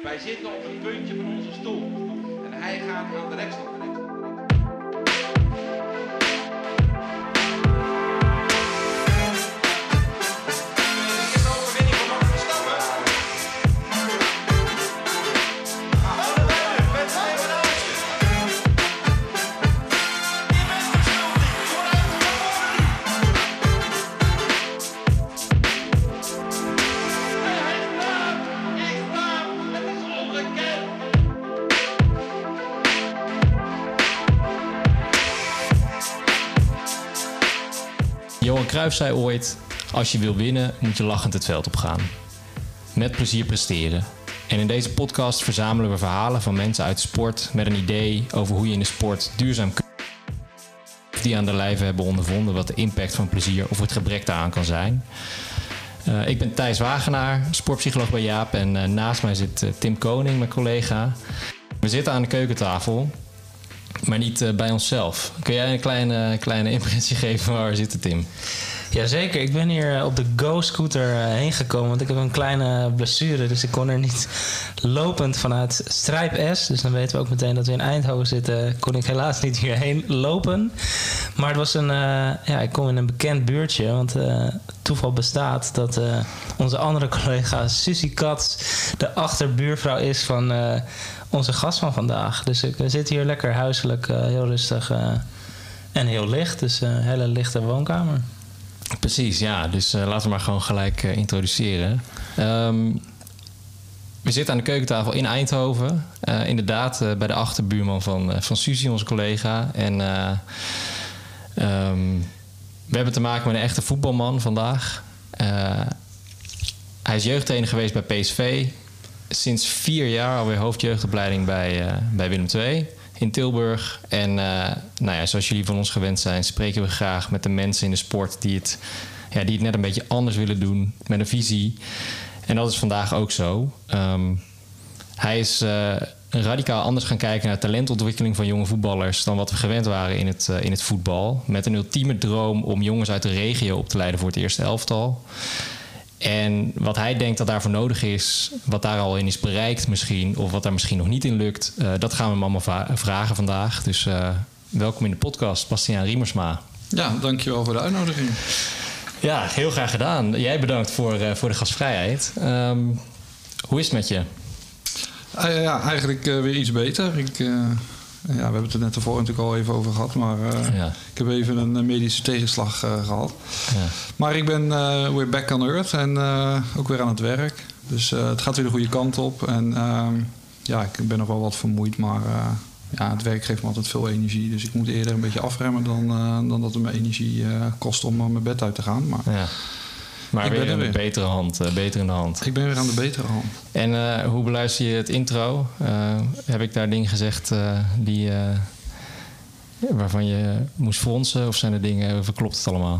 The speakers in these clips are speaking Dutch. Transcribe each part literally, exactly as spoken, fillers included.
Wij zitten op het puntje van onze stoel. En hij gaat aan de rekstok. Johan Cruijff zei ooit: als je wil winnen, moet je lachend het veld opgaan. Met plezier presteren. En in deze podcast verzamelen we verhalen van mensen uit de sport met een idee over hoe je in de sport duurzaam kunt. Die aan de lijve hebben ondervonden wat de impact van plezier of het gebrek daaraan kan zijn. Uh, ik ben Thijs Wagenaar, sportpsycholoog bij Jaap. En uh, naast mij zit uh, Tim Koning, mijn collega. We zitten aan de keukentafel, maar niet uh, bij onszelf. Kun jij een kleine, kleine impressie geven van waar we zitten, Tim? Jazeker, ik ben hier op de Go-scooter heen gekomen, want ik heb een kleine blessure. Dus ik kon er niet lopend vanuit Strijp S. Dus dan weten we ook meteen dat we in Eindhoven zitten. Kon ik helaas niet hierheen lopen. Maar het was een, uh, ja, ik kom in een bekend buurtje. Want uh, toeval bestaat dat uh, onze andere collega Susie Katz de achterbuurvrouw is van uh, onze gast van vandaag. Dus ik, we zitten hier lekker huiselijk, uh, heel rustig uh, en heel licht. Dus een uh, hele lichte woonkamer. Precies, ja. Dus uh, laten we maar gewoon gelijk uh, introduceren. Um, we zitten aan de keukentafel in Eindhoven. Uh, inderdaad, uh, bij de achterbuurman van, uh, van Susie, onze collega. En uh, um, we hebben te maken met een echte voetbalman vandaag. Uh, hij is jeugdtrainer geweest bij P S V. Sinds vier jaar alweer hoofdjeugdopleiding bij, uh, bij Willem twee in Tilburg. En uh, nou ja, zoals jullie van ons gewend zijn, spreken we graag met de mensen in de sport die het, ja, die het net een beetje anders willen doen, met een visie. En dat is vandaag ook zo. Um, hij is uh, radicaal anders gaan kijken naar talentontwikkeling van jonge voetballers dan wat we gewend waren in het, uh, in het voetbal. Met een ultieme droom om jongens uit de regio op te leiden voor het eerste elftal. En wat hij denkt dat daarvoor nodig is, wat daar al in is bereikt misschien, of wat daar misschien nog niet in lukt, uh, dat gaan we hem allemaal va- vragen vandaag. Dus uh, welkom in de podcast, Bastiaan Riemersma. Ja, dankjewel voor de uitnodiging. Ja, heel graag gedaan. Jij bedankt voor, uh, voor de gastvrijheid. Um, hoe is het met je? Uh, ja, eigenlijk uh, weer iets beter. Ik, uh, ja, we hebben het er net tevoren natuurlijk al even over gehad, maar uh, ja. ik heb even een medische tegenslag uh, gehad. Ja. Maar ik ben uh, weer back on earth en uh, ook weer aan het werk. Dus uh, het gaat weer de goede kant op. En uh, ja, ik ben nog wel wat vermoeid, maar uh, ja, het werk geeft me altijd veel energie. Dus ik moet eerder een beetje afremmen dan, uh, dan dat het me energie uh, kost om uh, mijn bed uit te gaan. Maar, ja. maar weer in de weer. betere hand, uh, beter in de hand. Ik ben weer aan de betere hand. En uh, hoe beluister je het intro? Uh, heb ik daar dingen gezegd uh, die, uh, waarvan je moest fronsen? Of zijn er dingen, of klopt het allemaal?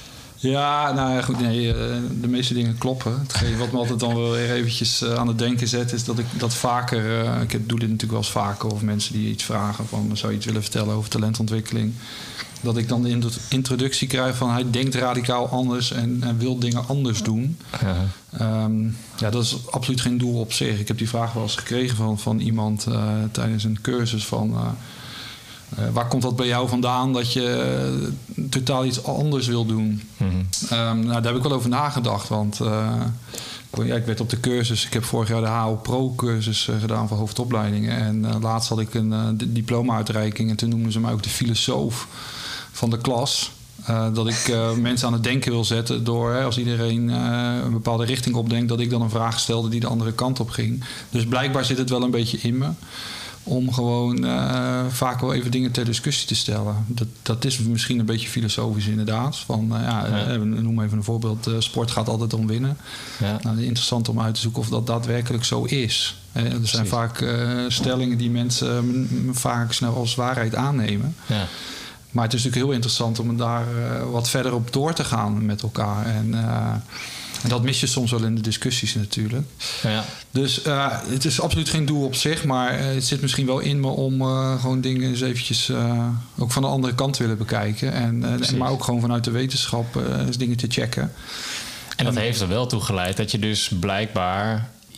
Ja, nou ja, goed, nee, de meeste dingen kloppen. Hetgeen wat me altijd dan wel weer eventjes aan het denken zet, is dat ik dat vaker, uh, ik doe dit natuurlijk wel eens vaker, of mensen die iets vragen van, zou je iets willen vertellen over talentontwikkeling, dat ik dan de introductie krijg van hij denkt radicaal anders en, en wil dingen anders doen. Ja. Um, ja, dat is absoluut geen doel op zich. Ik heb die vraag wel eens gekregen van, van iemand uh, tijdens een cursus van Uh, Uh, waar komt dat bij jou vandaan dat je uh, totaal iets anders wil doen? Mm-hmm. Um, nou, daar heb ik wel over nagedacht. Want uh, ja, ik werd op de cursus. Ik heb vorig jaar de H O Pro-cursus uh, gedaan voor hoofdopleidingen. En uh, laatst had ik een uh, diploma-uitreiking. En toen noemden ze mij ook de filosoof van de klas. Uh, dat ik uh, mensen aan het denken wil zetten door, hè, als iedereen uh, een bepaalde richting opdenkt, dat ik dan een vraag stelde die de andere kant op ging. Dus blijkbaar zit het wel een beetje in me. Om gewoon uh, vaak wel even dingen ter discussie te stellen. Dat, dat is misschien een beetje filosofisch inderdaad. Van, uh, ja, ja. Uh, noem even een voorbeeld. Uh, sport gaat altijd om winnen. Ja. Nou, interessant om uit te zoeken of dat daadwerkelijk zo is. Uh, er zijn Precies. vaak uh, stellingen die mensen m- vaak snel als waarheid aannemen. Ja. Maar het is natuurlijk heel interessant om daar uh, wat verder op door te gaan met elkaar. En uh, En dat mis je soms wel in de discussies natuurlijk. Ja. Dus uh, het is absoluut geen doel op zich. Maar uh, het zit misschien wel in me om uh, gewoon dingen eens eventjes uh, ook van de andere kant te willen bekijken. En, uh, maar ook gewoon vanuit de wetenschap uh, eens dingen te checken. En dat heeft er wel toe geleid dat je dus blijkbaar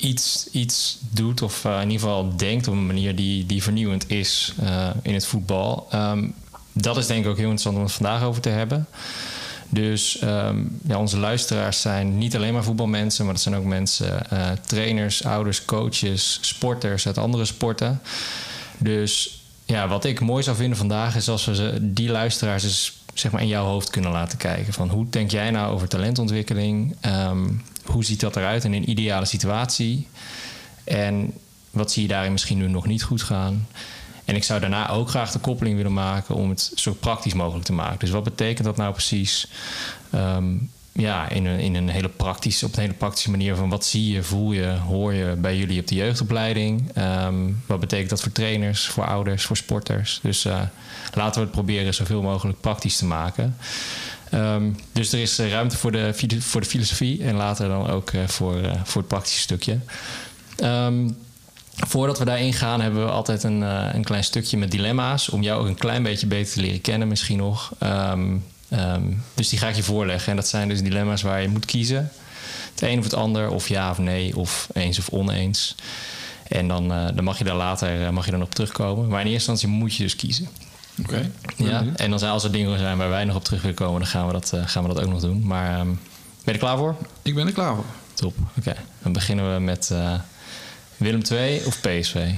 iets, iets doet of uh, in ieder geval denkt op een manier die, die vernieuwend is uh, in het voetbal. Um, dat is denk ik ook heel interessant om het vandaag over te hebben. Dus um, ja, onze luisteraars zijn niet alleen maar voetbalmensen, maar dat zijn ook mensen, uh, trainers, ouders, coaches, sporters uit andere sporten. Dus ja, wat ik mooi zou vinden vandaag is als we ze, die luisteraars dus, zeg maar in jouw hoofd kunnen laten kijken. Van hoe denk jij nou over talentontwikkeling? Um, hoe ziet dat eruit in een ideale situatie? En wat zie je daarin misschien nu nog niet goed gaan? En ik zou daarna ook graag de koppeling willen maken om het zo praktisch mogelijk te maken. Dus wat betekent dat nou precies? Um, ja, in een, in een hele praktische, op een hele praktische manier van wat zie je, voel je, hoor je bij jullie op de jeugdopleiding? Um, wat betekent dat voor trainers, voor ouders, voor sporters? Dus uh, laten we het proberen zoveel mogelijk praktisch te maken. Um, dus er is ruimte voor de, voor de filosofie en later dan ook uh, voor, uh, voor het praktische stukje. Um, Voordat we daarin gaan hebben we altijd een, uh, een klein stukje met dilemma's. Om jou ook een klein beetje beter te leren kennen misschien nog. Um, um, dus die ga ik je voorleggen. En dat zijn dus dilemma's waar je moet kiezen. Het een of het ander, of ja of nee, of eens of oneens. En dan, uh, dan mag je daar later uh, mag je dan op terugkomen. Maar in eerste instantie moet je dus kiezen. Oké. Okay. Ja, en dan zijn als er dingen zijn waar wij nog op terug willen komen, dan gaan we dat, uh, gaan we dat ook nog doen. Maar um, ben je er klaar voor? Ik ben er klaar voor. Top, oké. Okay. Dan beginnen we met... Uh, Willem twee of P S V?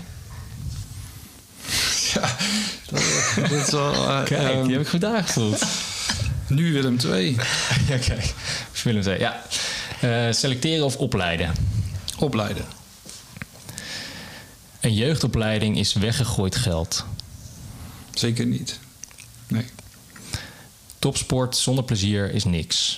Ja, dat, dat is wel... Uh, kijk, um, die heb ik goed aangevuld. Nu Willem twee. Ja, kijk. Willem twee, ja. Uh, selecteren of opleiden? Opleiden. Een jeugdopleiding is weggegooid geld. Zeker niet. Nee. Topsport zonder plezier is niks.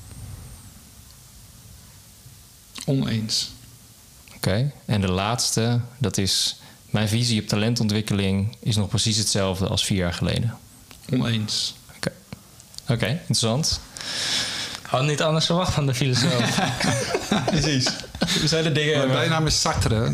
Oneens. Oké, okay. En de laatste, dat is... Mijn visie op talentontwikkeling is nog precies hetzelfde als vier jaar geleden. Oneens. Oké, okay. okay, interessant. Had niet anders verwacht van de filosoof. Precies. We zijn de dingen... Mijn bijnaam is Sartre.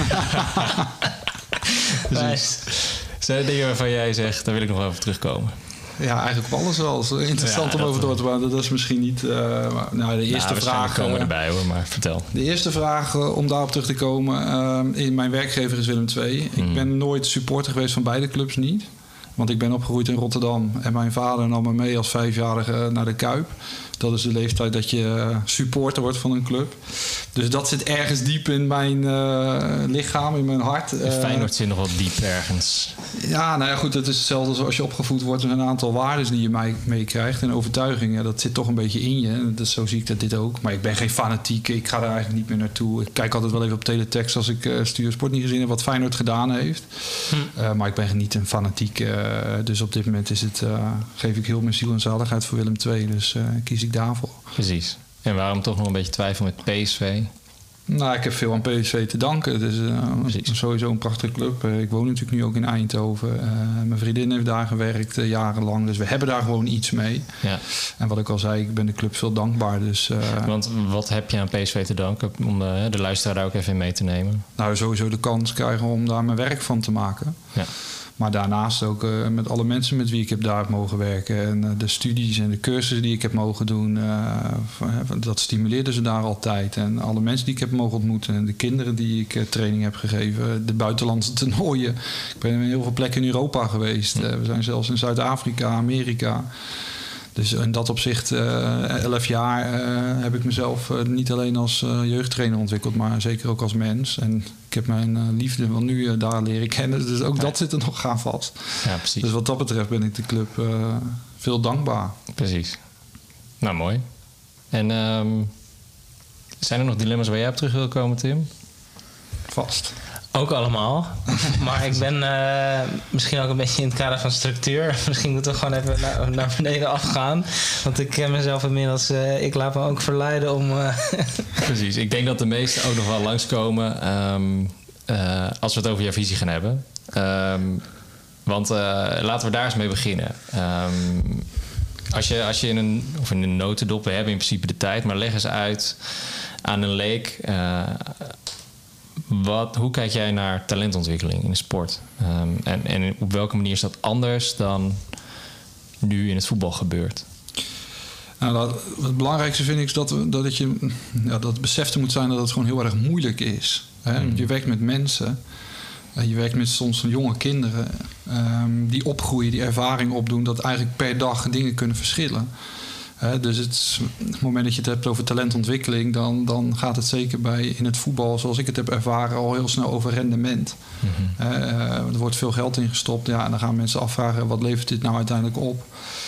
Precies. Zijn er dingen waarvan jij zegt, daar wil ik nog over terugkomen? Ja, eigenlijk op alles wel. Interessant ja, om over door te praten. Dat is misschien niet... Uh, nou, de eerste nou, vraag... komen erbij hoor, maar vertel. De eerste vraag, uh, om daarop terug te komen. Uh, in mijn werkgever is Willem twee. Mm. Ik ben nooit supporter geweest van beide clubs, niet. Want ik ben opgegroeid in Rotterdam. En mijn vader nam me mee als vijfjarige naar de Kuip. Dat is de leeftijd dat je supporter wordt van een club. Dus dat zit ergens diep in mijn uh, lichaam, in mijn hart. Uh, Feyenoord zit nog wel diep ergens. Ja, nou ja, goed. Het is hetzelfde zoals je opgevoed wordt met een aantal waarden die je meekrijgt. En overtuigingen, dat zit toch een beetje in je. Dat, zo zie ik dat dit ook. Maar ik ben geen fanatiek. Ik ga daar eigenlijk niet meer naartoe. Ik kijk altijd wel even op teletext als ik uh, Studio Sport niet gezien heb wat Feyenoord gedaan heeft. Hm. Uh, maar ik ben niet een fanatiek. Uh, dus op dit moment is het, uh, geef ik heel mijn ziel en zaligheid voor Willem twee. Dus uh, kies ik daarvoor. Precies. En waarom toch nog een beetje twijfel met P S V? Nou, ik heb veel aan P S V te danken. Het is uh, sowieso een prachtige club. Uh, ik woon natuurlijk nu ook in Eindhoven. Uh, mijn vriendin heeft daar gewerkt uh, jarenlang. Dus we hebben daar gewoon iets mee. Ja. En wat ik al zei, ik ben de club veel dankbaar. Dus, uh, Want wat heb je aan P S V te danken? Om de, de luisteraar daar ook even in mee te nemen. Nou, sowieso de kans krijgen om daar mijn werk van te maken. Ja. Maar daarnaast ook uh, met alle mensen met wie ik heb daar heb mogen werken. En uh, de studies en de cursussen die ik heb mogen doen. Uh, dat stimuleerde ze daar altijd. En alle mensen die ik heb mogen ontmoeten. En de kinderen die ik uh, training heb gegeven. De buitenlandse toernooien. Ik ben in heel veel plekken in Europa geweest. Uh, we zijn zelfs in Zuid-Afrika, Amerika. Dus in dat opzicht, uh, elf jaar, uh, heb ik mezelf uh, niet alleen als uh, jeugdtrainer ontwikkeld, maar zeker ook als mens. En ik heb mijn uh, liefde van nu uh, daar leren kennen. Dus ook ja. dat zit er nog aan vast. Ja, precies. Dus wat dat betreft ben ik de club uh, veel dankbaar. Precies. Nou, mooi. En um, zijn er nog dilemma's waar jij op terug wil komen, Tim? Vast. Ook allemaal. Maar ik ben uh, misschien ook een beetje in het kader van structuur. Misschien moeten we gewoon even naar, naar beneden afgaan. Want ik ken mezelf inmiddels... Uh, ik laat me ook verleiden om... Uh... Precies. Ik denk dat de meesten ook nog wel langskomen... Um, uh, als we het over jouw visie gaan hebben. Um, want uh, laten we daar eens mee beginnen. Um, als je, als je in een... Of in een notendop... We hebben in principe de tijd... Maar leg eens uit aan een leek... Uh, Wat, hoe kijk jij naar talentontwikkeling in de sport? Um, en, en op welke manier is dat anders dan nu in het voetbal gebeurt? Nou, dat, het belangrijkste vind ik is dat, we, dat, het je, ja, dat het besef er moet zijn dat het gewoon heel erg moeilijk is. Hè? Mm. Je werkt met mensen. Je werkt met soms jonge kinderen um, die opgroeien, die ervaring opdoen, dat eigenlijk per dag dingen kunnen verschillen. He, dus het, op het moment dat je het hebt over talentontwikkeling, dan, dan gaat het zeker bij in het voetbal, zoals ik het heb ervaren, al heel snel over rendement. Mm-hmm. He, uh, er wordt veel geld in gestopt. Ja, en dan gaan mensen afvragen, wat levert dit nou uiteindelijk op?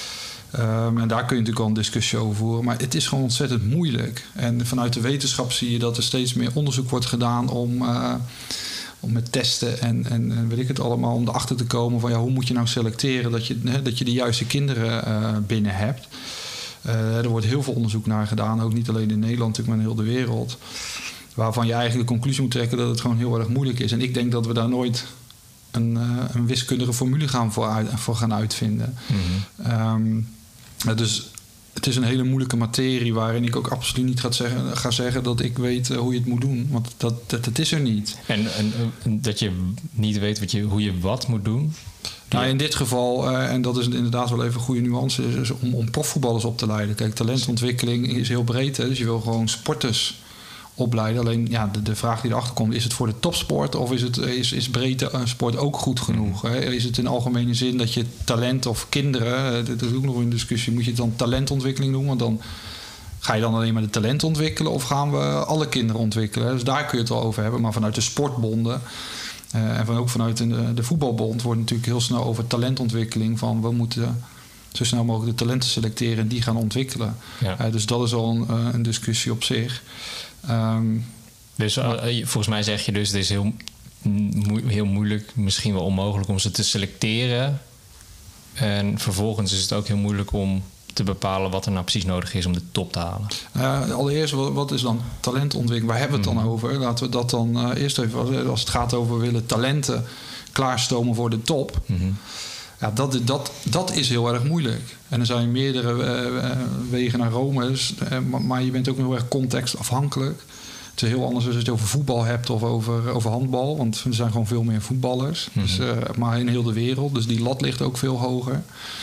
Um, en daar kun je natuurlijk al een discussie over voeren. Maar het is gewoon ontzettend moeilijk. En vanuit de wetenschap zie je dat er steeds meer onderzoek wordt gedaan om... Uh, om met testen en, en, en weet ik het allemaal, om erachter te komen van ja, hoe moet je nou selecteren dat je, hè, dat je de juiste kinderen uh, binnen hebt. Uh, er wordt heel veel onderzoek naar gedaan, ook niet alleen in Nederland, natuurlijk, maar in heel de wereld. Waarvan je eigenlijk de conclusie moet trekken dat het gewoon heel erg moeilijk is. En ik denk dat we daar nooit een, uh, een wiskundige formule gaan voor, uit, voor gaan uitvinden. Mm-hmm. Um, uh, dus het is een hele moeilijke materie waarin ik ook absoluut niet ga zeggen, ga zeggen dat ik weet uh, hoe je het moet doen. Want dat, dat, dat is er niet. En, en, en dat je niet weet wat je, hoe je wat moet doen? Nou, in dit geval, uh, en dat is inderdaad wel even een goede nuance, is om, om profvoetballers op te leiden. Kijk, talentontwikkeling is heel breed. Hè? Dus je wil gewoon sporters opleiden. Alleen ja, de, de vraag die erachter komt, is het voor de topsport of is, het, is, is breedte uh, sport ook goed genoeg? Hè? Is het in algemene zin dat je talent of kinderen, uh, dat is ook nog een discussie, moet je het dan talentontwikkeling doen? Want dan ga je dan alleen maar de talent ontwikkelen of gaan we alle kinderen ontwikkelen? Dus daar kun je het wel over hebben. Maar vanuit de sportbonden uh, en van, ook vanuit de, de voetbalbond wordt natuurlijk heel snel over talentontwikkeling van we moeten zo snel mogelijk de talenten selecteren en die gaan ontwikkelen. Ja. Uh, dus dat is al een, uh, een discussie op zich. Um, dus uh, volgens mij zeg je dus het is heel, mo- heel moeilijk, misschien wel onmogelijk om ze te selecteren. En vervolgens is het ook heel moeilijk om te bepalen wat er nou precies nodig is om de top te halen. Uh, allereerst, wat, wat is dan talentontwikkeling? Waar hebben we het dan mm-hmm. over? Laten we dat dan uh, eerst even, als het gaat over willen talenten klaarstomen voor de top. Mm-hmm. Ja, dat, dat, dat is heel erg moeilijk. En er zijn meerdere uh, wegen naar Rome. Dus, uh, maar, maar je bent ook heel erg contextafhankelijk. Het is heel anders als je het over voetbal hebt of over, over handbal. Want er zijn gewoon veel meer voetballers. Mm-hmm. Dus, uh, maar in heel de wereld. Dus die lat ligt ook veel hoger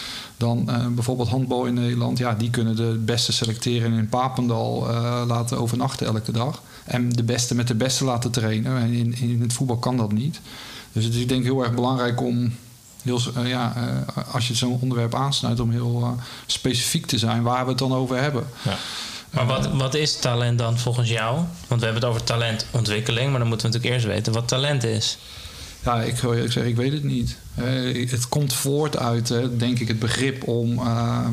dan uh, bijvoorbeeld handbal in Nederland. Ja, die kunnen de beste selecteren en in Papendal uh, laten overnachten elke dag. En de beste met de beste laten trainen. En in, in het voetbal kan dat niet. Dus het is denk ik heel erg belangrijk om... Heel, uh, ja, uh, als je zo'n onderwerp aansnijdt om heel uh, specifiek te zijn waar we het dan over hebben. Ja. Maar wat, wat is talent dan volgens jou? Want we hebben het over talentontwikkeling, maar dan moeten we natuurlijk eerst weten wat talent is. Ja, ik, ik zeg, ik weet het niet. Uh, het komt voort uit, uh, denk ik, het begrip om uh,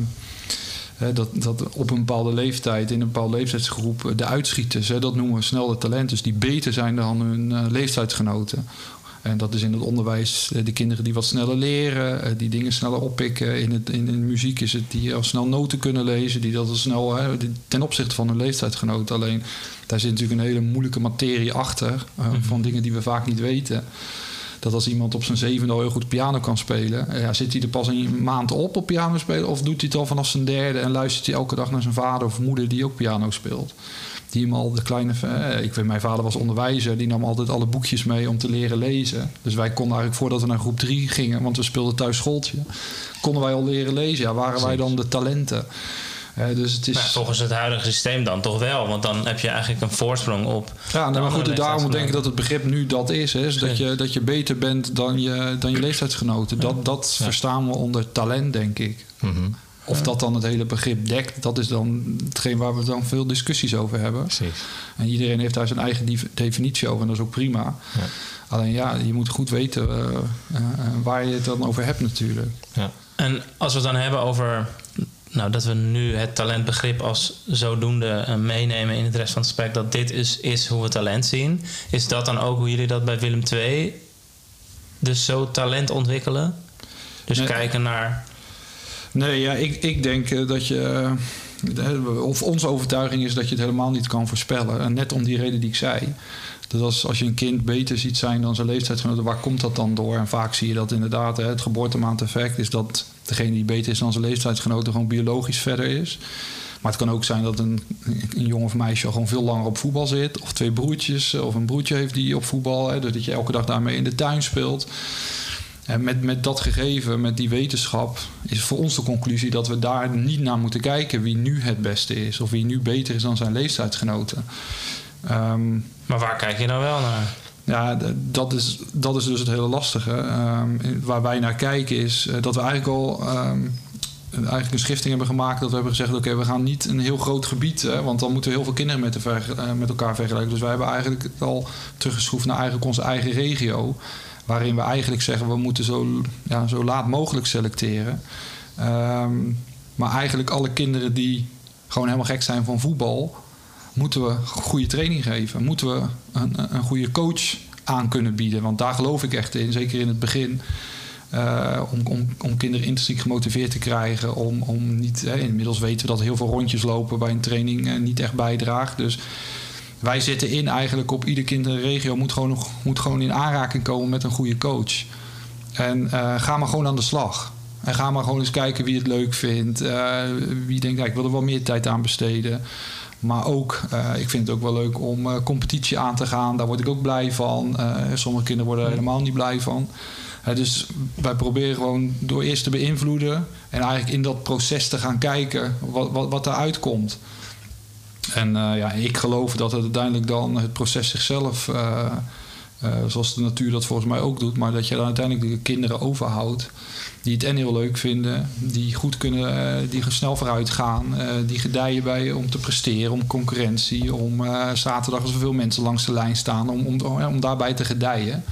uh, dat, dat op een bepaalde leeftijd, in een bepaalde leeftijdsgroep, de uitschieters, uh, dat noemen we snelle talenten, dus die beter zijn dan hun uh, leeftijdsgenoten. En dat is in het onderwijs de kinderen die wat sneller leren, die dingen sneller oppikken. In, het, in de muziek is het die al snel noten kunnen lezen, die dat al snel hè, ten opzichte van hun leeftijdsgenoten. Alleen daar zit natuurlijk een hele moeilijke materie achter, uh, mm-hmm. van dingen die we vaak niet weten. Dat als iemand op zijn zevende al heel goed piano kan spelen, ja, zit hij er pas een maand op op piano spelen, of doet hij het al vanaf zijn derde en luistert hij elke dag naar zijn vader of moeder die ook piano speelt? Die hem al de kleine... Ik weet, mijn vader was onderwijzer. Die nam altijd alle boekjes mee om te leren lezen. Dus wij konden eigenlijk voordat we naar groep drie gingen... want we speelden thuis schooltje... konden wij al leren lezen. Ja, waren wij dan de talenten? Uh, dus het is... Maar volgens het huidige systeem dan toch wel. Want dan heb je eigenlijk een voorsprong op... Ja, nou, maar goed, daarom denk ik dat het begrip nu dat is. Hè, is dat, je, dat je beter bent dan je, dan je leeftijdsgenoten. Dat, dat ja. verstaan we onder talent, denk ik. Mm-hmm. Of dat dan het hele begrip dekt, dat is dan hetgeen waar we dan veel discussies over hebben. Precies. En iedereen heeft daar zijn eigen definitie over en dat is ook prima. Ja. Alleen ja, je moet goed weten uh, uh, waar je het dan over hebt natuurlijk. Ja. En als we het dan hebben over... Nou, dat we nu het talentbegrip als zodoende uh, meenemen in het rest van het gesprek... dat dit is, is hoe we talent zien. Is dat dan ook hoe jullie dat bij Willem twee dus zo talent ontwikkelen? Dus nee. kijken naar... Nee, ja, ik, ik denk uh, dat je... Uh, of onze overtuiging is dat je het helemaal niet kan voorspellen. En net om die reden die ik zei. Dat als, als je een kind beter ziet zijn dan zijn leeftijdsgenoten... waar komt dat dan door? En vaak zie je dat inderdaad, hè, het geboortemaandeffect... is dat degene die beter is dan zijn leeftijdsgenoten... gewoon biologisch verder is. Maar het kan ook zijn dat een, een jongen of meisje... al gewoon veel langer op voetbal zit. Of twee broertjes, of een broertje heeft die op voetbal... Hè, dat je elke dag daarmee in de tuin speelt... En met, met dat gegeven, met die wetenschap, is voor ons de conclusie dat we daar niet naar moeten kijken wie nu het beste is of wie nu beter is dan zijn leeftijdsgenoten. Um, maar waar kijk je nou wel naar? Ja, dat is, dat is dus het hele lastige. Um, waar wij naar kijken is uh, dat we eigenlijk al um, eigenlijk een schifting hebben gemaakt. Dat we hebben gezegd, oké, okay, we gaan niet een heel groot gebied, hè, want dan moeten we heel veel kinderen met, ver, uh, met elkaar vergelijken. Dus wij hebben eigenlijk al teruggeschroefd naar eigenlijk onze eigen regio. Waarin we eigenlijk zeggen, we moeten zo, ja, zo laat mogelijk selecteren. Um, maar eigenlijk alle kinderen die gewoon helemaal gek zijn van voetbal, moeten we goede training geven. Moeten we een, een goede coach aan kunnen bieden. Want daar geloof ik echt in, zeker in het begin. Uh, om, om, om kinderen intrinsiek gemotiveerd te krijgen. Om, om niet, hè, inmiddels weten we dat heel veel rondjes lopen bij een training uh, niet echt bijdraagt. Dus wij zitten in eigenlijk op ieder kind in de regio moet gewoon, moet gewoon in aanraking komen met een goede coach. En uh, ga maar gewoon aan de slag. En ga maar gewoon eens kijken wie het leuk vindt. Uh, wie denkt, ja, ik wil er wel meer tijd aan besteden. Maar ook, uh, ik vind het ook wel leuk om uh, competitie aan te gaan. Daar word ik ook blij van. Uh, sommige kinderen worden er helemaal niet blij van. Uh, dus wij proberen gewoon door eerst te beïnvloeden. En eigenlijk in dat proces te gaan kijken wat, wat, wat eruit komt. En uh, ja, ik geloof dat het uiteindelijk dan het proces zichzelf, uh, uh, zoals de natuur dat volgens mij ook doet, maar dat je dan uiteindelijk de kinderen overhoudt die het en heel leuk vinden, die goed kunnen, uh, die snel vooruit gaan, uh, die gedijen bij om te presteren, om concurrentie, om uh, zaterdag als er veel mensen langs de lijn staan, om, om, om daarbij te gedijen.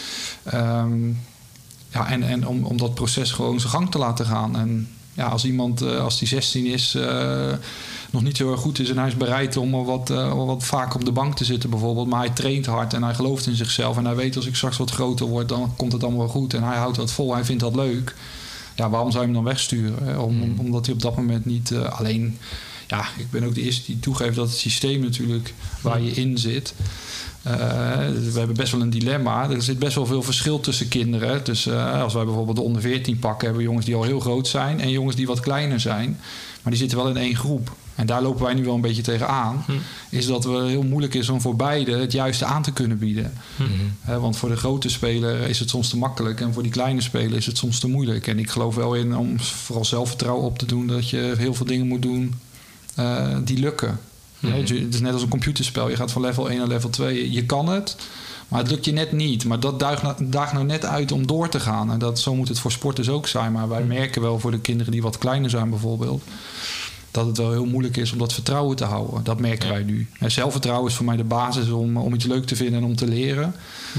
Um, ja, en en om, om dat proces gewoon zijn gang te laten gaan. En ja, als iemand, uh, als die zestien is, uh, nog niet heel erg goed is en hij is bereid om wat, uh, wat vaak op de bank te zitten bijvoorbeeld, maar hij traint hard en hij gelooft in zichzelf en hij weet als ik straks wat groter word, dan komt het allemaal wel goed en hij houdt dat vol, hij vindt dat leuk. Ja, waarom zou je hem dan wegsturen? Hè? Om, mm. Omdat hij op dat moment niet uh, alleen... Ja, ik ben ook de eerste die toegeeft dat het systeem natuurlijk waar je in zit. Uh, we hebben best wel een dilemma. Er zit best wel veel verschil tussen kinderen. Dus uh, als wij bijvoorbeeld de onder veertien pakken, hebben we jongens die al heel groot zijn en jongens die wat kleiner zijn. Maar die zitten wel in één groep. En daar lopen wij nu wel een beetje tegenaan. Hm. Is dat het heel moeilijk is om voor beide het juiste aan te kunnen bieden. Mm-hmm. Uh, want voor de grote speler is het soms te makkelijk. En voor die kleine speler is het soms te moeilijk. En ik geloof wel in om vooral zelfvertrouwen op te doen. Dat je heel veel dingen moet doen uh, die lukken. Mm-hmm. Ja, het is net als een computerspel. Je gaat van level één naar level twee. Je kan het, maar het lukt je net niet. Maar dat daagt nou, daagt nou net uit om door te gaan. En dat, zo moet het voor sporters ook zijn. Maar wij merken wel voor de kinderen die wat kleiner zijn bijvoorbeeld, dat het wel heel moeilijk is om dat vertrouwen te houden. Dat merken ja. wij nu. En zelfvertrouwen is voor mij de basis om, om iets leuk te vinden en om te leren.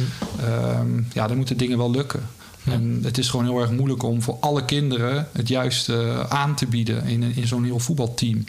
Ja, um, ja dan moeten dingen wel lukken. Ja. En het is gewoon heel erg moeilijk om voor alle kinderen het juiste aan te bieden in, in zo'n heel voetbalteam.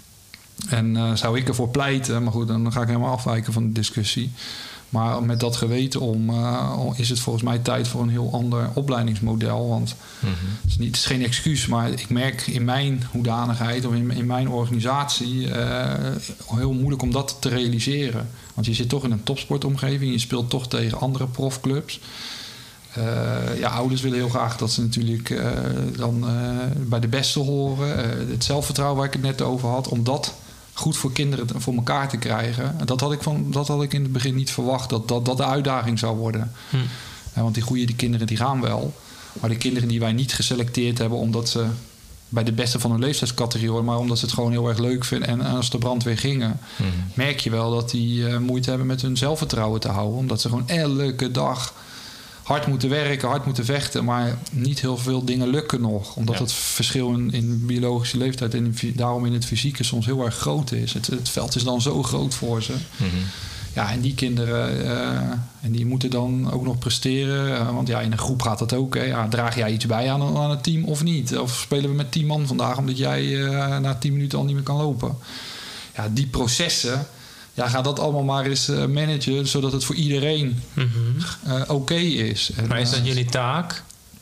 En uh, zou ik ervoor pleiten, maar goed, dan ga ik helemaal afwijken van de discussie. Maar met dat geweten om, uh, is het volgens mij tijd voor een heel ander opleidingsmodel. Want mm-hmm. het, is niet, het is geen excuus, maar ik merk in mijn hoedanigheid of in, in mijn organisatie uh, heel moeilijk om dat te realiseren. Want je zit toch in een topsportomgeving, je speelt toch tegen andere profclubs. Uh, ja, ouders willen heel graag dat ze natuurlijk uh, dan uh, bij de beste horen. Uh, het zelfvertrouwen waar ik het net over had, om dat goed voor kinderen voor elkaar te krijgen. Dat had ik, van, dat had ik in het begin niet verwacht, dat dat, dat de uitdaging zou worden. Hm. Ja, want die goede die kinderen die gaan wel. Maar de kinderen die wij niet geselecteerd hebben omdat ze bij de beste van hun leeftijdscategorie horen, maar omdat ze het gewoon heel erg leuk vinden en als de brandweer gingen, hm. merk je wel dat die uh, moeite hebben met hun zelfvertrouwen te houden. Omdat ze gewoon elke dag hard moeten werken, hard moeten vechten, maar niet heel veel dingen lukken nog. Omdat ja. het verschil in, in biologische leeftijd en in, daarom in het fysieke soms heel erg groot is. Het, het veld is dan zo groot voor ze. Mm-hmm. Ja, en die kinderen, uh, en die moeten dan ook nog presteren. Uh, want ja, in een groep gaat dat ook. Hè. Ja, draag jij iets bij aan, aan het team of niet? Of spelen we met tien man vandaag omdat jij uh, na tien minuten al niet meer kan lopen? Ja, die processen, ja, ga dat allemaal maar eens uh, managen, zodat het voor iedereen mm-hmm. uh, oké okay is. En, maar is dat uh, jullie taak?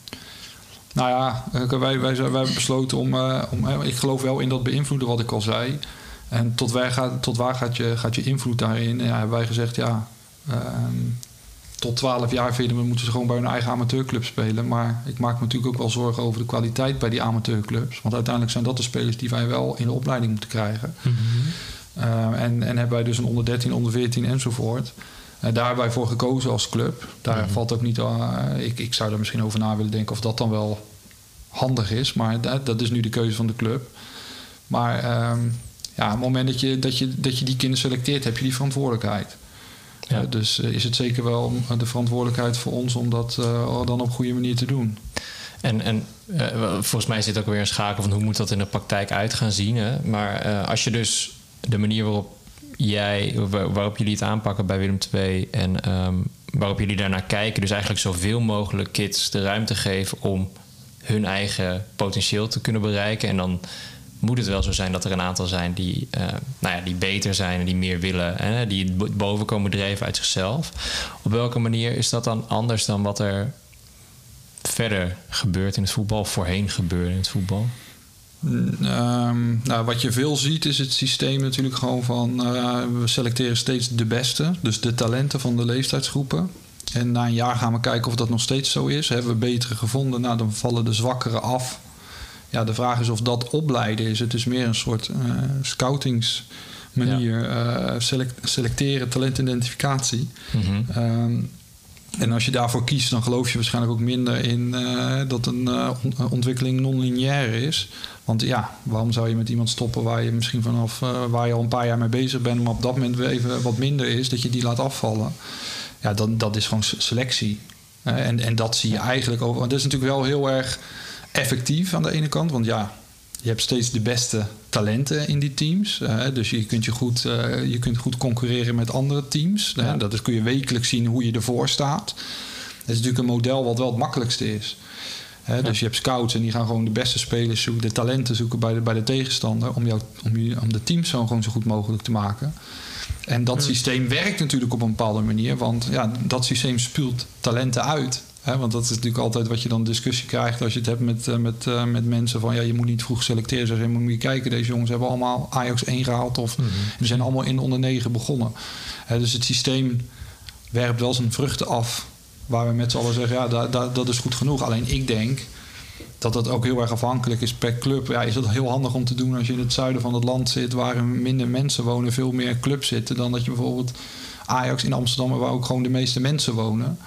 Nou ja, uh, wij, wij, wij hebben besloten om, uh, om... Uh, ik geloof wel in dat beïnvloeden wat ik al zei. En tot, wij gaat, tot waar gaat je, gaat je invloed daarin? En ja, hebben wij gezegd, ja... Uh, tot twaalf jaar vinden we moeten ze gewoon bij hun eigen amateurclub spelen. Maar ik maak me natuurlijk ook wel zorgen over de kwaliteit bij die amateurclubs. Want uiteindelijk zijn dat de spelers die wij wel in de opleiding moeten krijgen. Mm-hmm. Uh, en, en hebben wij dus een onder dertien, onder veertien enzovoort. Uh, daar hebben wij voor gekozen als club. Daar Mm-hmm. valt ook niet... Uh, ik, ik zou er misschien over na willen denken of dat dan wel handig is. Maar dat, dat is nu de keuze van de club. Maar um, ja, op het moment dat je, dat, je, dat je die kinderen selecteert, heb je die verantwoordelijkheid. Ja. Uh, dus uh, is het zeker wel de verantwoordelijkheid voor ons om dat uh, dan op een goede manier te doen. En, en uh, volgens mij zit ook weer een schakel van hoe moet dat in de praktijk uit gaan zien. Hè? Maar uh, als je dus de manier waarop jij, waarop jullie het aanpakken bij Willem twee en um, waarop jullie daarnaar kijken, dus eigenlijk zoveel mogelijk kids de ruimte geven om hun eigen potentieel te kunnen bereiken. En dan moet het wel zo zijn dat er een aantal zijn die, uh, nou ja, die beter zijn en die meer willen, hè? Die het boven komen drijven uit zichzelf. Op welke manier is dat dan anders dan wat er verder gebeurt in het voetbal, of voorheen gebeurde in het voetbal? Um, nou, wat je veel ziet is het systeem natuurlijk gewoon van... Uh, we selecteren steeds de beste, dus de talenten van de leeftijdsgroepen. En na een jaar gaan we kijken of dat nog steeds zo is. Hebben we betere gevonden, nou, dan vallen de zwakkere af. Ja, de vraag is of dat opleiden is. Het is meer een soort uh, scoutingsmanier. Ja. Uh, select- selecteren, talentidentificatie. Mm-hmm. Um, En als je daarvoor kiest, dan geloof je waarschijnlijk ook minder in uh, dat een uh, ontwikkeling non-lineair is. Want ja, waarom zou je met iemand stoppen waar je misschien vanaf uh, waar je al een paar jaar mee bezig bent, maar op dat moment weer even wat minder is, dat je die laat afvallen? Ja, dan, dat is gewoon selectie. Uh, en, en dat zie je eigenlijk over. Want dat is natuurlijk wel heel erg effectief aan de ene kant, want ja, je hebt steeds de beste talenten in die teams. Uh, dus je kunt, je, goed, uh, je kunt goed concurreren met andere teams. Ja. Uh, dat is, kun je wekelijks zien hoe je ervoor staat. Dat is natuurlijk een model wat wel het makkelijkste is. Uh, ja. Dus je hebt scouts en die gaan gewoon de beste spelers zoeken, de talenten zoeken bij de, bij de tegenstander, om, jou, om, je, om de teams zo, gewoon zo goed mogelijk te maken. En dat hmm. systeem werkt natuurlijk op een bepaalde manier, want ja, dat systeem spuult talenten uit. He, want dat is natuurlijk altijd wat je dan discussie krijgt als je het hebt met, uh, met, uh, met mensen van ja, je moet niet vroeg selecteren. Zeg, je moet je kijken, deze jongens hebben allemaal Ajax één gehaald of mm-hmm. die zijn allemaal in de onder negen begonnen. He, dus het systeem werpt wel zijn vruchten af waar we met z'n allen zeggen ja, da, da, dat is goed genoeg. Alleen ik denk dat dat ook heel erg afhankelijk is per club. Ja, is het heel handig om te doen als je in het zuiden van het land zit waar minder mensen wonen, veel meer clubs zitten dan dat je bijvoorbeeld Ajax in Amsterdam waar ook gewoon de meeste mensen wonen.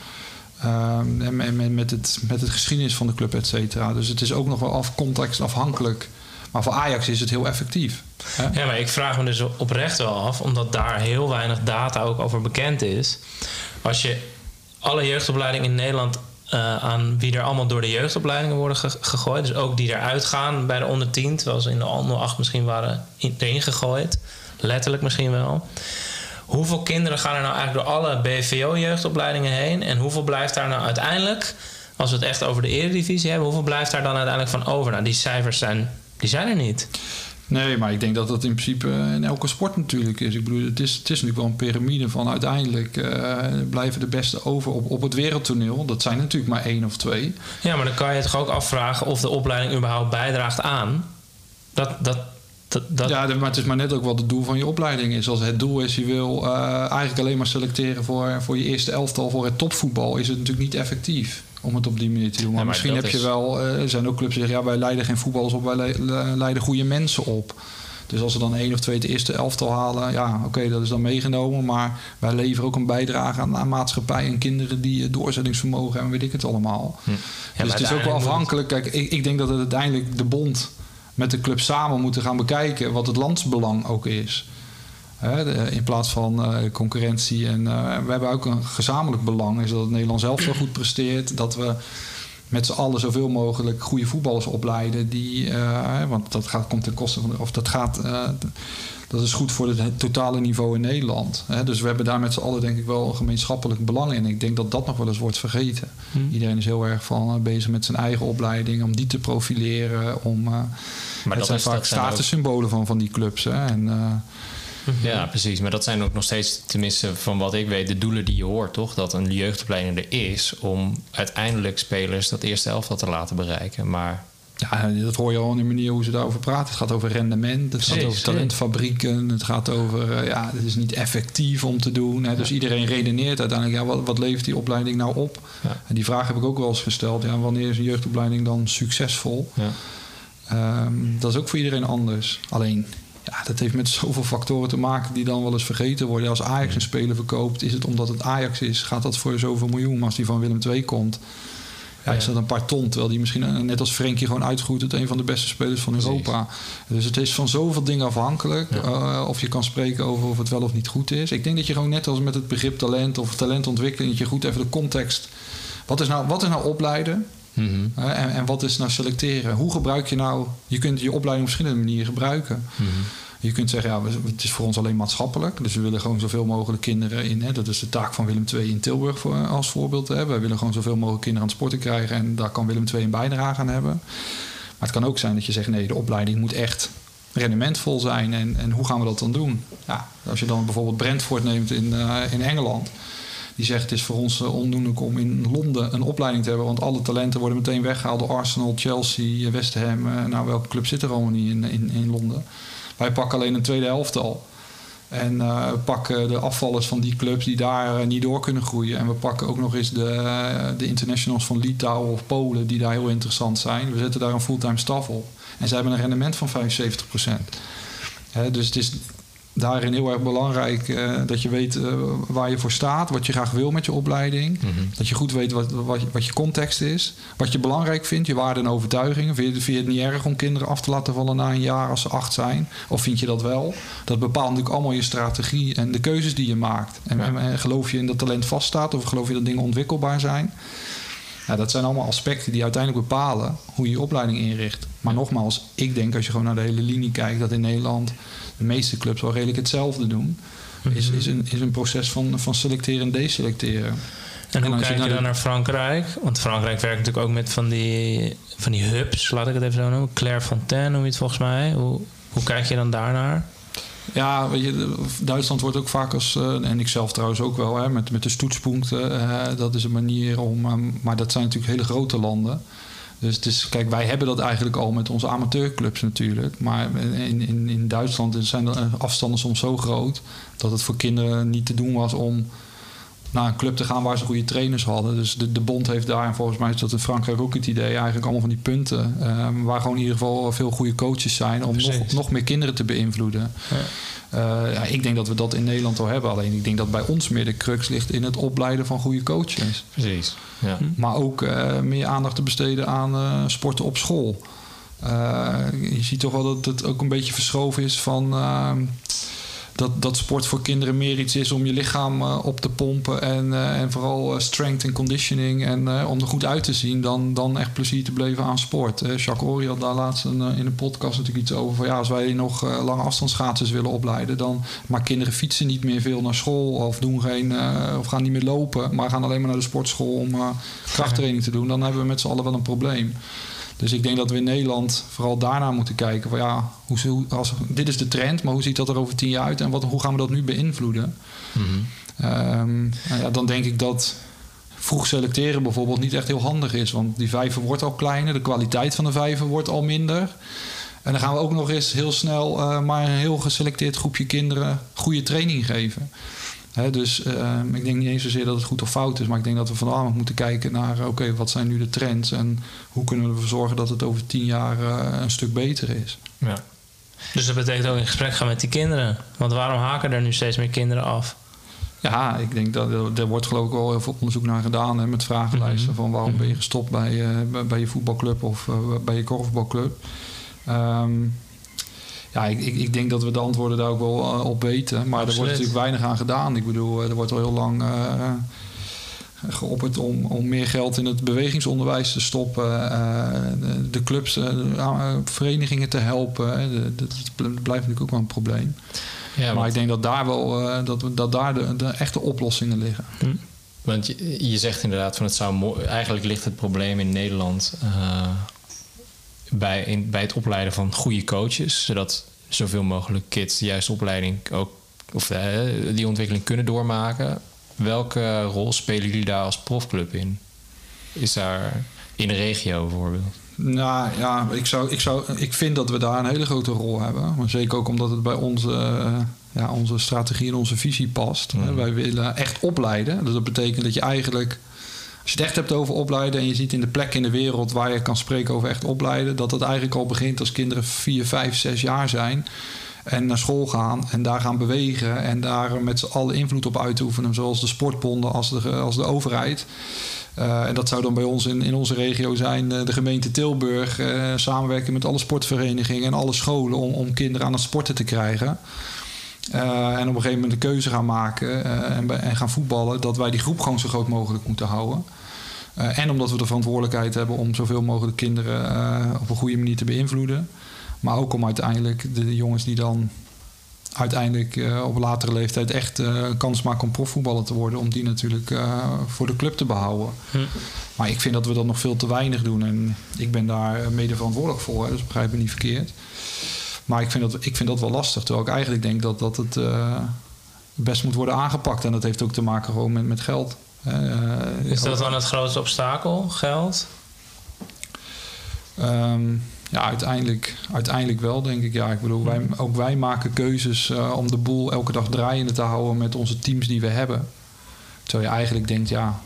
Um, en, en met, het, met het geschiedenis van de club, et cetera. Dus het is ook nog wel af, contextafhankelijk. Maar voor Ajax is het heel effectief. Hè? Ja, maar ik vraag me dus oprecht wel af, omdat daar heel weinig data ook over bekend is. Als je alle jeugdopleidingen in Nederland uh, aan wie er allemaal door de jeugdopleidingen worden ge- gegooid, dus ook die eruit gaan bij de onder tien, terwijl ze in de onder acht misschien waren in, erin gegooid, letterlijk misschien wel. Hoeveel kinderen gaan er nou eigenlijk door alle B V O-jeugdopleidingen heen? En hoeveel blijft daar nou uiteindelijk, als we het echt over de eredivisie hebben, hoeveel blijft daar dan uiteindelijk van over? Nou, die cijfers zijn, die zijn er niet. Nee, maar ik denk dat dat in principe in elke sport natuurlijk is. Ik bedoel, het is, het is natuurlijk wel een piramide van uiteindelijk uh, blijven de beste over op, op het wereldtoneel. Dat zijn natuurlijk maar één of twee. Ja, maar dan kan je toch ook afvragen of de opleiding überhaupt bijdraagt aan. Dat... dat Dat, dat... Ja, maar het is maar net ook wat het doel van je opleiding is. Als het doel is, je wil uh, eigenlijk alleen maar selecteren voor, voor je eerste elftal, voor het topvoetbal, is het natuurlijk niet effectief om het op die manier te doen. Maar, ja, maar misschien heb is... je wel, uh, er zijn ook clubs die zeggen, ja, wij leiden geen voetballers op, wij le- leiden goede mensen op. Dus als ze dan één of twee het eerste elftal halen, ja, oké, okay, dat is dan meegenomen. Maar wij leveren ook een bijdrage aan, aan maatschappij en kinderen die doorzettingsvermogen hebben, weet ik het allemaal. Hm. Ja, dus het is ook wel afhankelijk. Kijk, ik, ik denk dat het uiteindelijk de bond met de club samen moeten gaan bekijken wat het landsbelang ook is. He, de, in plaats van uh, concurrentie. En uh, we hebben ook een gezamenlijk belang. Is dat het Nederland zelf zo goed presteert. Dat we met z'n allen zoveel mogelijk goede voetballers opleiden. Die, uh, want dat gaat, komt ten koste van... Of dat gaat... Uh, dat is goed voor het totale niveau in Nederland. He, dus we hebben daar met z'n allen denk ik wel een gemeenschappelijk belang in. Ik denk dat dat nog wel eens wordt vergeten. Hmm. Iedereen is heel erg van, uh, bezig met zijn eigen opleiding. Om die te profileren. Om, uh, maar het zijn is, vaak statussymbolen ook van, van die clubs. Hè, en, uh, ja, precies. Maar dat zijn ook nog steeds, tenminste van wat ik weet, de doelen die je hoort, toch? Dat een jeugdopleiding er is om uiteindelijk spelers dat eerste elftal te laten bereiken. Maar ja, dat hoor je al in de manier hoe ze daarover praten. Het gaat over rendement, het gaat over talentfabrieken. Het gaat over, uh, ja, het is niet effectief om te doen. Hè. Dus ja. Iedereen redeneert uiteindelijk, ja, wat, wat levert die opleiding nou op? Ja. En die vraag heb ik ook wel eens gesteld. Ja, wanneer is een jeugdopleiding dan succesvol? Ja. Um, dat is ook voor iedereen anders. Alleen, Ja, dat heeft met zoveel factoren te maken die dan wel eens vergeten worden. Als Ajax een speler verkoopt, is het omdat het Ajax is. Gaat dat voor zoveel miljoen? Maar als die van Willem twee komt, ja, is dat een paar ton. Terwijl die misschien, net als Frenkie, gewoon uitgroeit tot een van de beste spelers van Europa. Precies. Dus het is van zoveel dingen afhankelijk. Ja. Uh, of je kan spreken over of het wel of niet goed is. Ik denk dat je gewoon net als met het begrip talent of talentontwikkeling, dat je goed even de context. Wat is nou, wat is nou opleiden? Mm-hmm. Uh, en, en wat is nou selecteren? Hoe gebruik je nou... Je kunt je opleiding op verschillende manieren gebruiken. Mm-hmm. Je kunt zeggen, ja, het is voor ons alleen maatschappelijk. Dus we willen gewoon zoveel mogelijk kinderen in... Hè, dat is de taak van Willem twee in Tilburg voor, als voorbeeld. Hè. Wij willen gewoon zoveel mogelijk kinderen aan het sporten krijgen... en daar kan Willem twee een bijdrage aan hebben. Maar het kan ook zijn dat je zegt... nee, de opleiding moet echt rendementvol zijn. En, en hoe gaan we dat dan doen? Ja, als je dan bijvoorbeeld Brentford neemt in, uh, in Engeland... die zegt, het is voor ons uh, ondoenlijk om in Londen een opleiding te hebben... want alle talenten worden meteen weggehaald door Arsenal, Chelsea, West Ham... Uh, nou, welke club zit er allemaal niet in, in, in Londen... Wij pakken alleen een tweede elftal. En uh, pakken de afvallers van die clubs die daar uh, niet door kunnen groeien. En we pakken ook nog eens de, uh, de internationals van Litouwen of Polen... die daar heel interessant zijn. We zetten daar een fulltime staf op. En ze hebben een rendement van vijfenzeventig procent. Hè, dus het is daarin heel erg belangrijk uh, dat je weet uh, waar je voor staat... wat je graag wil met je opleiding. Mm-hmm. Dat je goed weet wat, wat, wat je context is. Wat je belangrijk vindt, je waarden en overtuigingen. Vind je, vind je het niet erg om kinderen af te laten vallen na een jaar als ze acht zijn? Of vind je dat wel? Dat bepaalt natuurlijk allemaal je strategie en de keuzes die je maakt. En, ja. en, en geloof je in dat talent vaststaat of geloof je dat dingen ontwikkelbaar zijn? Ja, dat zijn allemaal aspecten die uiteindelijk bepalen hoe je je opleiding inricht. Maar nogmaals, ik denk als je gewoon naar de hele linie kijkt... dat in Nederland de meeste clubs wel redelijk hetzelfde doen. Mm-hmm. Is, is, een, is een proces van, van selecteren en deselecteren. En, en hoe kijk je, je dan de... naar Frankrijk? Want Frankrijk werkt natuurlijk ook met van die, van die hubs, laat ik het even zo noemen. Clairefontaine noem je het volgens mij. Hoe, hoe kijk je dan daarnaar? Ja, weet je, Duitsland wordt ook vaak als... Uh, en ik zelf trouwens ook wel, hè, met, met de stoetspunten. Uh, dat is een manier om... Um, maar dat zijn natuurlijk hele grote landen. Dus het is, kijk, wij hebben dat eigenlijk al met onze amateurclubs natuurlijk. Maar in, in, in Duitsland zijn de afstanden soms zo groot... dat het voor kinderen niet te doen was om naar een club te gaan waar ze goede trainers hadden. Dus de, de bond heeft daar, en volgens mij is dat in Frankrijk ook het idee... eigenlijk allemaal van die punten... Um, waar gewoon in ieder geval veel goede coaches zijn... om nog, nog meer kinderen te beïnvloeden. Ja. Uh, ja, ik denk dat we dat in Nederland wel hebben. Alleen ik denk dat bij ons meer de crux ligt in het opleiden van goede coaches. Precies. Ja. Maar ook uh, meer aandacht te besteden aan uh, sporten op school. Uh, je ziet toch wel dat het ook een beetje verschoven is van... Uh, Dat, dat sport voor kinderen meer iets is om je lichaam uh, op te pompen. En, uh, en vooral uh, strength en conditioning. En uh, om er goed uit te zien dan, dan echt plezier te beleven aan sport. Uh, Jacques Ory had daar laatst een, uh, in een podcast natuurlijk iets over. Van, ja, als wij nog uh, lange afstandsschaatsers willen opleiden. Dan, maar kinderen fietsen niet meer veel naar school. Of, doen geen, uh, of gaan niet meer lopen. Maar gaan alleen maar naar de sportschool om uh, krachttraining te doen. Dan hebben we met z'n allen wel een probleem. Dus ik denk dat we in Nederland vooral daarna moeten kijken. Van ja, hoe, als, dit is de trend, maar hoe ziet dat er over tien jaar uit? En wat, hoe gaan we dat nu beïnvloeden? Mm-hmm. Um, nou ja, dan denk ik dat vroeg selecteren bijvoorbeeld niet echt heel handig is. Want die vijver wordt al kleiner. De kwaliteit van de vijver wordt al minder. En dan gaan we ook nog eens heel snel uh, maar een heel geselecteerd groepje kinderen goede training geven. He, dus uh, ik denk niet eens zozeer dat het goed of fout is... maar ik denk dat we vanavond moeten kijken naar... oké, okay, wat zijn nu de trends... en hoe kunnen we ervoor zorgen dat het over tien jaar uh, een stuk beter is. Ja. Dus dat betekent ook in gesprek gaan met die kinderen. Want waarom haken er nu steeds meer kinderen af? Ja, ik denk dat er, er wordt geloof ik wel heel veel onderzoek naar gedaan... Hè, met vragenlijsten mm-hmm. van waarom ben je gestopt bij, uh, bij je voetbalclub... of uh, bij je korfbalclub. Um, Ja, ik, ik, ik denk dat we de antwoorden daar ook wel uh, op weten. Maar Absoluut. Er wordt natuurlijk weinig aan gedaan. Ik bedoel, er wordt al heel lang uh, geopperd om, om meer geld in het bewegingsonderwijs te stoppen. Uh, de, de clubs, uh, de verenigingen te helpen. De, de, dat blijft natuurlijk ook wel een probleem. Ja, maar want... ik denk dat daar wel uh, dat, dat daar de, de echte oplossingen liggen. Hm. Want je, je zegt inderdaad van het zou mooi... Eigenlijk ligt het probleem in Nederland... Uh, Bij, in, bij het opleiden van goede coaches, zodat zoveel mogelijk kids de juiste opleiding ook, of uh, die ontwikkeling kunnen doormaken. Welke rol spelen jullie daar als profclub in? Is daar in de regio bijvoorbeeld? Nou ja, ik, zou, ik, zou, ik vind dat we daar een hele grote rol hebben. Maar zeker ook omdat het bij onze, uh, ja, onze strategie en onze visie past. Mm. Wij willen echt opleiden. Dus dat betekent dat je eigenlijk... Als je het echt hebt over opleiden en je ziet in de plek in de wereld waar je kan spreken over echt opleiden, dat dat eigenlijk al begint als kinderen vier, vijf, zes jaar zijn. En naar school gaan en daar gaan bewegen. En daar met z'n allen invloed op uitoefenen. Zoals de sportbonden als de, als de overheid. Uh, en dat zou dan bij ons in, in onze regio zijn uh, de gemeente Tilburg. Uh, samenwerken met alle sportverenigingen en alle scholen om, om kinderen aan het sporten te krijgen. Uh, en op een gegeven moment de keuze gaan maken uh, en, en gaan voetballen. Dat wij die groep gewoon zo groot mogelijk moeten houden. Uh, en omdat we de verantwoordelijkheid hebben om zoveel mogelijk kinderen uh, op een goede manier te beïnvloeden. Maar ook om uiteindelijk de, de jongens die dan uiteindelijk uh, op een latere leeftijd echt uh, een kans maken om profvoetballer te worden. Om die natuurlijk uh, voor de club te behouden. Hm. Maar ik vind dat we dat nog veel te weinig doen. En ik ben daar mede verantwoordelijk voor. Hè, dus begrijp me niet verkeerd. Maar ik vind dat, ik vind dat wel lastig. Terwijl ik eigenlijk denk dat, dat het uh, best moet worden aangepakt. En dat heeft ook te maken gewoon met, met geld. Uh, Is dat dan het grootste obstakel, geld? Um, ja, uiteindelijk, uiteindelijk wel, denk ik. Ja, ik bedoel, wij, ook wij maken keuzes uh, om de boel elke dag draaiende te houden met onze teams die we hebben. Terwijl je eigenlijk denkt, ja,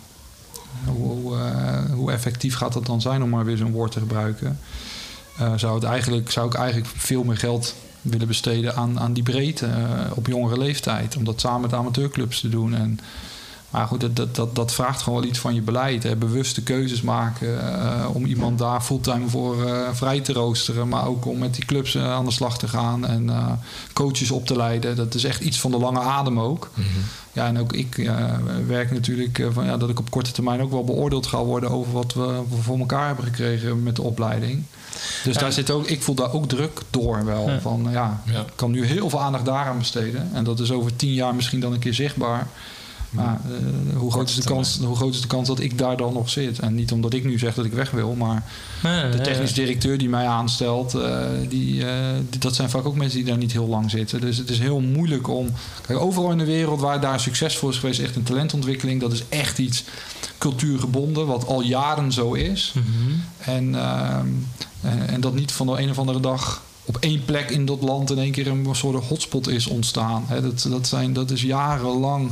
hoe, uh, hoe effectief gaat dat dan zijn om maar weer zo'n woord te gebruiken? Uh, zou, het eigenlijk, zou ik eigenlijk veel meer geld willen besteden aan, aan die breedte uh, op jongere leeftijd. Om dat samen met amateurclubs te doen. En, maar goed, dat, dat, dat, dat vraagt gewoon wel iets van je beleid. Hè. Bewuste keuzes maken uh, om iemand daar fulltime voor uh, vrij te roosteren. Maar ook om met die clubs uh, aan de slag te gaan en uh, coaches op te leiden. Dat is echt iets van de lange adem ook. Mm-hmm. Ja, en ook ik uh, werk natuurlijk uh, van ja, dat ik op korte termijn ook wel beoordeeld ga worden over wat we voor elkaar hebben gekregen met de opleiding. Dus ja, daar zit ook, ik voel daar ook druk door wel. Ja. Van ja, ja, ik kan nu heel veel aandacht daaraan besteden. En dat is over tien jaar misschien dan een keer zichtbaar. Maar uh, hoe, groot is de kans, hoe groot is de kans dat ik daar dan nog zit? En niet omdat ik nu zeg dat ik weg wil, maar nee, de technisch directeur die mij aanstelt, uh, die, uh, die, dat zijn vaak ook mensen die daar niet heel lang zitten. Dus het is heel moeilijk om... Kijk, overal in de wereld waar daar succesvol is geweest, echt een talentontwikkeling, dat is echt iets cultuurgebonden, wat al jaren zo is. Mm-hmm. En, uh, en, en dat niet van de een of andere dag op één plek in dat land in één keer een soort hotspot is ontstaan. He, dat, dat, zijn, dat is jarenlang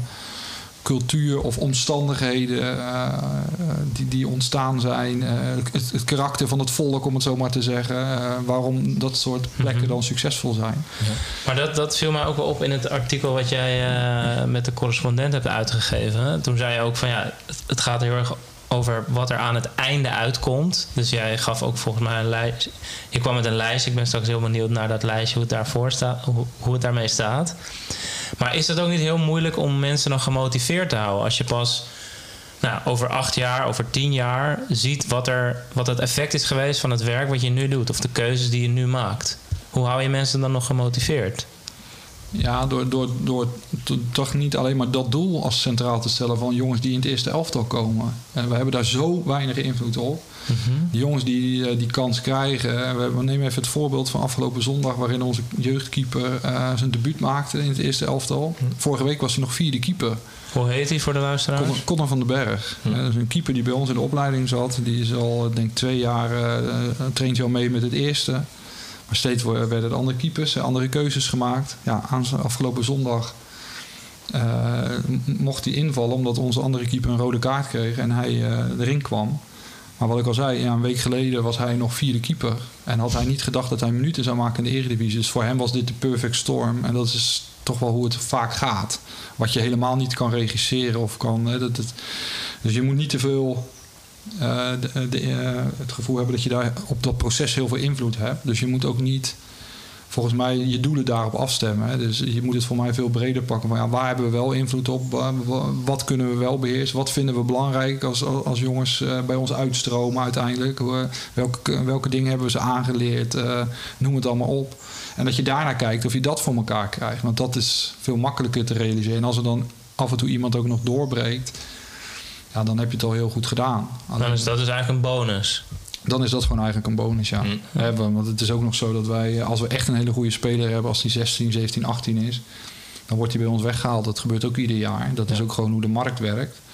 cultuur of omstandigheden uh, die, die ontstaan zijn. Uh, het, het karakter van het volk, om het zo maar te zeggen. Uh, waarom dat soort plekken mm-hmm. dan succesvol zijn. Ja. Maar dat, dat viel mij ook wel op in het artikel wat jij uh, met de correspondent hebt uitgegeven. Toen zei je ook van ja, het, het gaat heel erg over wat er aan het einde uitkomt. Dus jij gaf ook volgens mij een lijst. Je kwam met een lijst. Ik ben straks heel benieuwd naar dat lijstje, hoe het daarvoor staat, hoe, hoe het daarmee staat. Maar is het ook niet heel moeilijk om mensen dan gemotiveerd te houden als je pas nou, over acht jaar, over tien jaar ziet wat, er, wat het effect is geweest van het werk wat je nu doet of de keuzes die je nu maakt? Hoe hou je mensen dan nog gemotiveerd? Ja, door, door, door toch niet alleen maar dat doel als centraal te stellen van jongens die in het eerste elftal komen. En we hebben daar zo weinig invloed op. Mm-hmm. Die jongens die die kans krijgen. We, we nemen even het voorbeeld van afgelopen zondag, waarin onze jeugdkeeper uh, zijn debuut maakte in het eerste elftal. Mm. Vorige week was hij nog vierde keeper. Hoe heet hij voor de luisteraars? Connor, Connor van den Berg. Mm. Uh, dat is een keeper die bij ons in de opleiding zat. Die is al, denk ik, twee jaar uh, traint hij al mee met het eerste. Maar steeds werden er andere keepers, andere keuzes gemaakt. Ja, afgelopen zondag uh, mocht hij invallen omdat onze andere keeper een rode kaart kreeg en hij uh, erin kwam. Maar wat ik al zei, ja, een week geleden was hij nog vierde keeper. En had hij niet gedacht dat hij minuten zou maken in de Eredivisie. Dus voor hem was dit de perfect storm. En dat is toch wel hoe het vaak gaat. Wat je helemaal niet kan regisseren of kan... Hè, dat, dat, dus je moet niet te veel... Uh, de, de, uh, het gevoel hebben dat je daar op dat proces heel veel invloed hebt. Dus je moet ook niet, volgens mij, je doelen daarop afstemmen. Hè. Dus je moet het voor mij veel breder pakken. Van, ja, waar hebben we wel invloed op? Wat kunnen we wel beheersen? Wat vinden we belangrijk als, als jongens uh, bij ons uitstromen uiteindelijk? Uh, welke, welke dingen hebben we ze aangeleerd? Uh, noem het allemaal op. En dat je daarnaar kijkt of je dat voor elkaar krijgt. Want dat is veel makkelijker te realiseren. En als er dan af en toe iemand ook nog doorbreekt, ja, dan heb je het al heel goed gedaan. Alleen, dan is dat dus eigenlijk een bonus. Dan is dat gewoon eigenlijk een bonus, ja. Mm. He, want het is ook nog zo dat wij, als we echt een hele goede speler hebben, als die zestien, zeventien, achttien is, dan wordt hij bij ons weggehaald. Dat gebeurt ook ieder jaar. Dat ja. is ook gewoon hoe de markt werkt.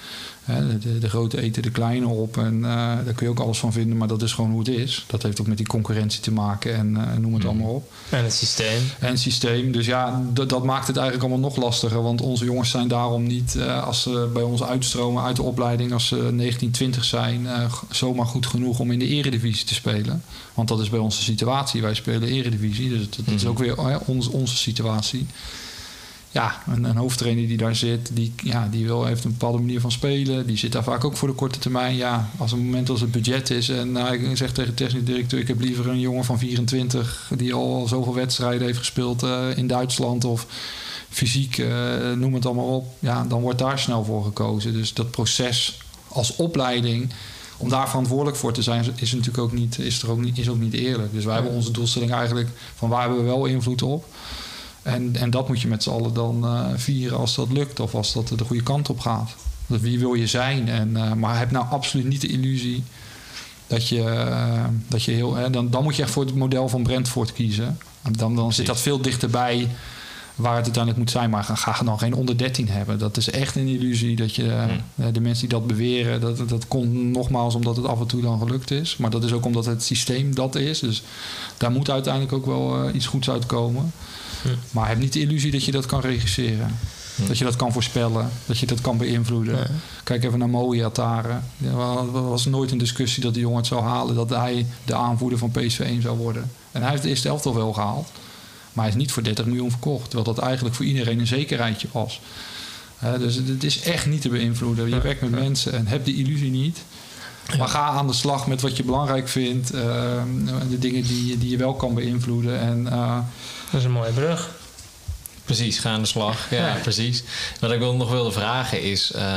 Hè, de, de grote eten de kleine op en uh, daar kun je ook alles van vinden, maar dat is gewoon hoe het is. Dat heeft ook met die concurrentie te maken en uh, noem het mm. allemaal op. En het systeem. En het systeem. Dus ja, d- dat maakt het eigenlijk allemaal nog lastiger, want onze jongens zijn daarom niet, uh, als ze bij ons uitstromen uit de opleiding, als ze negentien, twintig zijn, uh, zomaar goed genoeg om in de eredivisie te spelen. Want dat is bij ons de situatie. Wij spelen eredivisie, dus dat, dat is ook weer uh, onze, onze situatie. Ja, een, een hoofdtrainer die daar zit, die, ja, die wil, heeft een bepaalde manier van spelen. Die zit daar vaak ook voor de korte termijn. Ja, als een moment als het budget is en uh, ik zeg tegen de technisch directeur, ik heb liever een jongen van vierentwintig die al zoveel wedstrijden heeft gespeeld uh, in Duitsland of fysiek, uh, noem het allemaal op. Ja, dan wordt daar snel voor gekozen. Dus dat proces als opleiding, om daar verantwoordelijk voor te zijn, is natuurlijk ook niet, is er ook niet, is ook niet eerlijk. Dus wij hebben onze doelstelling eigenlijk van waar hebben we wel invloed op. En, en dat moet je met z'n allen dan uh, vieren als dat lukt of als dat de goede kant op gaat. Dus wie wil je zijn? En, uh, maar heb nou absoluut niet de illusie dat je, uh, dat je heel... Hè, dan, dan moet je echt voor het model van Brentford kiezen. Dan, dan zit dat veel dichterbij waar het uiteindelijk moet zijn. Maar ga, ga dan geen onder dertien hebben. Dat is echt een illusie dat je... Uh, de mensen die dat beweren, dat, dat komt nogmaals omdat het af en toe dan gelukt is. Maar dat is ook omdat het systeem dat is. Dus daar moet uiteindelijk ook wel uh, iets goeds uitkomen. Hm. Maar heb niet de illusie dat je dat kan regisseren. Hm. Dat je dat kan voorspellen. Dat je dat kan beïnvloeden. Ja. Kijk even naar Moe Ihatare. Er was nooit een discussie dat de jongen het zou halen. Dat hij de aanvoerder van P S V één zou worden. En hij heeft de eerste elftal wel gehaald. Maar hij is niet voor dertig miljoen verkocht. Terwijl dat eigenlijk voor iedereen een zekerheidje was. Uh, dus het is echt niet te beïnvloeden. Je ja. werkt met ja. mensen en heb die illusie niet. Maar ga aan de slag met wat je belangrijk vindt. Uh, de dingen die, die je wel kan beïnvloeden. En... Uh, dat is een mooie brug. Precies, ga aan de slag. Ja, ja. precies. Wat ik wel nog wilde vragen is... Uh,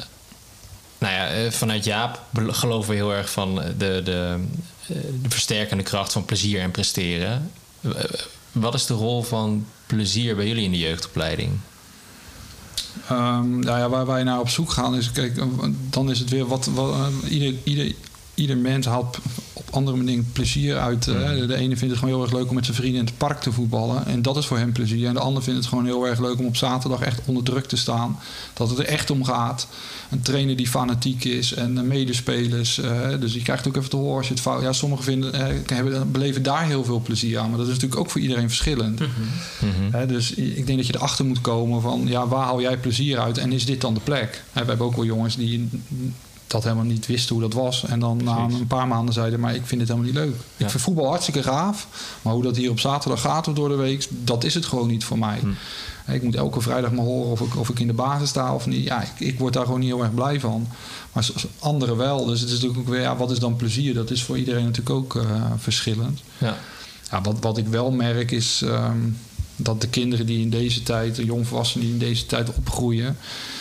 nou ja, vanuit Jaap geloven we heel erg van de, de, de versterkende kracht van plezier en presteren. Wat is de rol van plezier bij jullie in de jeugdopleiding? Um, nou ja, waar wij naar op zoek gaan is... Kijk, dan is het weer wat... wat uh, ieder, ieder, ieder mens haalt op andere manieren plezier uit. Mm. Hè. De ene vindt het gewoon heel erg leuk om met zijn vrienden in het park te voetballen. En dat is voor hem plezier. En de ander vindt het gewoon heel erg leuk om op zaterdag echt onder druk te staan. Dat het er echt om gaat. Een trainer die fanatiek is en medespelers. Uh, dus je krijgt ook even te horen als je het fout... Ja, sommigen vinden, uh, hebben, beleven daar heel veel plezier aan. Maar dat is natuurlijk ook voor iedereen verschillend. Mm-hmm. Mm-hmm. Uh, dus ik denk dat je erachter moet komen van... Ja, waar haal jij plezier uit? En is dit dan de plek? Uh, we hebben ook wel jongens die... dat helemaal niet wisten hoe dat was. En dan na een paar maanden zeiden... maar ik vind het helemaal niet leuk. Ja. Ik vind voetbal hartstikke gaaf. Maar hoe dat hier op zaterdag gaat of door de week... dat is het gewoon niet voor mij. Hm. Ik moet elke vrijdag maar horen of ik, of ik in de basis sta of niet. Ja, ik, ik word daar gewoon niet heel erg blij van. Maar anderen wel. Dus het is natuurlijk ook weer... Ja, wat is dan plezier? Dat is voor iedereen natuurlijk ook uh, verschillend. Ja. Ja, wat, wat ik wel merk is... Um, dat de kinderen die in deze tijd... de jongvolwassenen die in deze tijd opgroeien...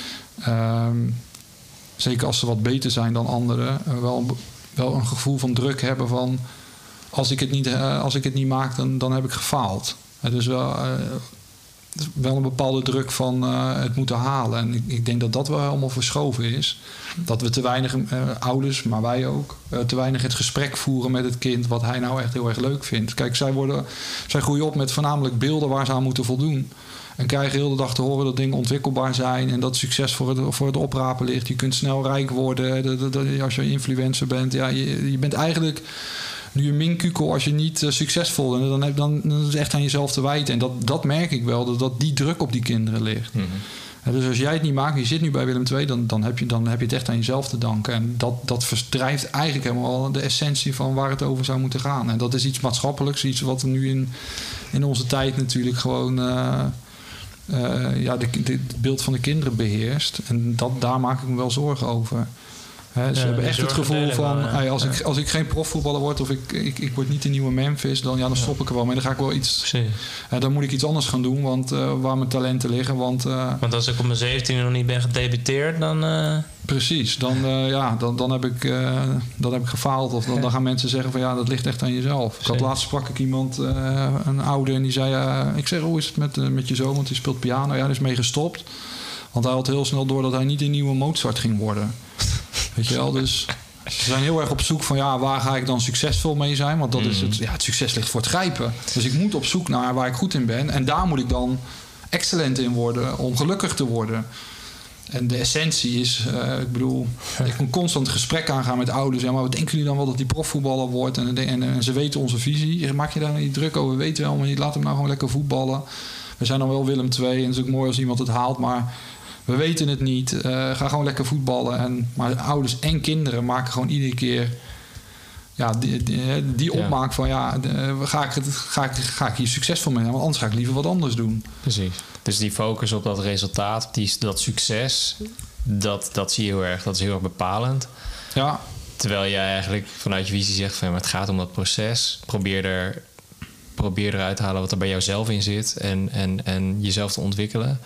Um, zeker als ze wat beter zijn dan anderen... wel, wel een gevoel van druk hebben van... als ik het niet, als ik het niet maak, dan, dan heb ik gefaald. Dus wel, uh, wel een bepaalde druk van uh, het moeten halen. En ik, ik denk dat dat wel helemaal verschoven is. Dat we te weinig, uh, ouders, maar wij ook... Uh, te weinig het gesprek voeren met het kind... wat hij nou echt heel erg leuk vindt. Kijk, zij, worden, zij groeien op met voornamelijk beelden... waar ze aan moeten voldoen. En krijgen heel de dag te horen dat dingen ontwikkelbaar zijn... en dat succes voor het, voor het oprapen ligt. Je kunt snel rijk worden de, de, de, als je influencer bent. Ja, je, je bent eigenlijk nu een minkukel als je niet uh, succesvol bent. Dan, heb, dan, dan is het echt aan jezelf te wijten. En dat, dat merk ik wel, dat, dat die druk op die kinderen ligt. Mm-hmm. Ja, dus als jij het niet maakt, je zit nu bij Willem twee... dan, dan, heb, je, dan heb je het echt aan jezelf te danken. En dat, dat verdrijft eigenlijk helemaal de essentie van waar het over zou moeten gaan. En dat is iets maatschappelijks, iets wat nu in, in onze tijd natuurlijk gewoon... Uh, Uh, ja, de, de, het beeld van de kinderen beheerst. En dat, daar maak ik me wel zorgen over. He, ze ja, hebben echt het gevoel van... Maar, ja. hey, als, ja. ik, als ik geen profvoetballer word... of ik, ik, ik word niet de nieuwe Memphis... dan, ja, dan stop ja. ik er wel mee. Dan ga ik wel iets... Uh, dan moet ik iets anders gaan doen... want uh, waar mijn talenten liggen. Want, uh, want als ik op mijn zeventiende nog niet ben gedebuteerd... dan... Uh... Precies. Dan, uh, ja, dan, dan, heb ik, uh, dan heb ik gefaald. Of dan, ja. dan gaan mensen zeggen van... ja, dat ligt echt aan jezelf. Ik had laatst sprak ik iemand... Uh, een ouder en die zei... Uh, ik zeg, hoe is het met, uh, met je zoon? Want die speelt piano. Ja, hij is mee gestopt. Want hij had heel snel door... dat hij niet een nieuwe Mozart ging worden. Weet je wel, dus ze zijn heel erg op zoek van... ja, waar ga ik dan succesvol mee zijn? Want dat mm. is het, ja, het succes ligt voor het grijpen. Dus ik moet op zoek naar waar ik goed in ben. En daar moet ik dan excellent in worden... om gelukkig te worden. En de essentie is, uh, ik bedoel, ik moet constant gesprek aangaan met ouders. Ja, maar wat denken jullie dan wel dat die profvoetballer wordt? En, en, en ze weten onze visie. Maak je daar niet druk over? We weten wel, maar laat hem nou gewoon lekker voetballen. We zijn dan wel Willem twee en het is ook mooi als iemand het haalt, maar we weten het niet. Uh, ga gewoon lekker voetballen. En, maar ouders en kinderen maken gewoon iedere keer ja, die, die, die ja. opmaak van ja, de, ga, ik het, ga, ik, ga ik hier succesvol mee hebben? Want anders ga ik liever wat anders doen. Precies. Dus die focus op dat resultaat, die, dat succes, dat, dat zie je heel erg. Dat is heel erg bepalend. Ja. Terwijl jij eigenlijk vanuit je visie zegt van maar het gaat om dat proces. Probeer er probeer eruit te halen wat er bij jou zelf in zit en, en, en jezelf te ontwikkelen.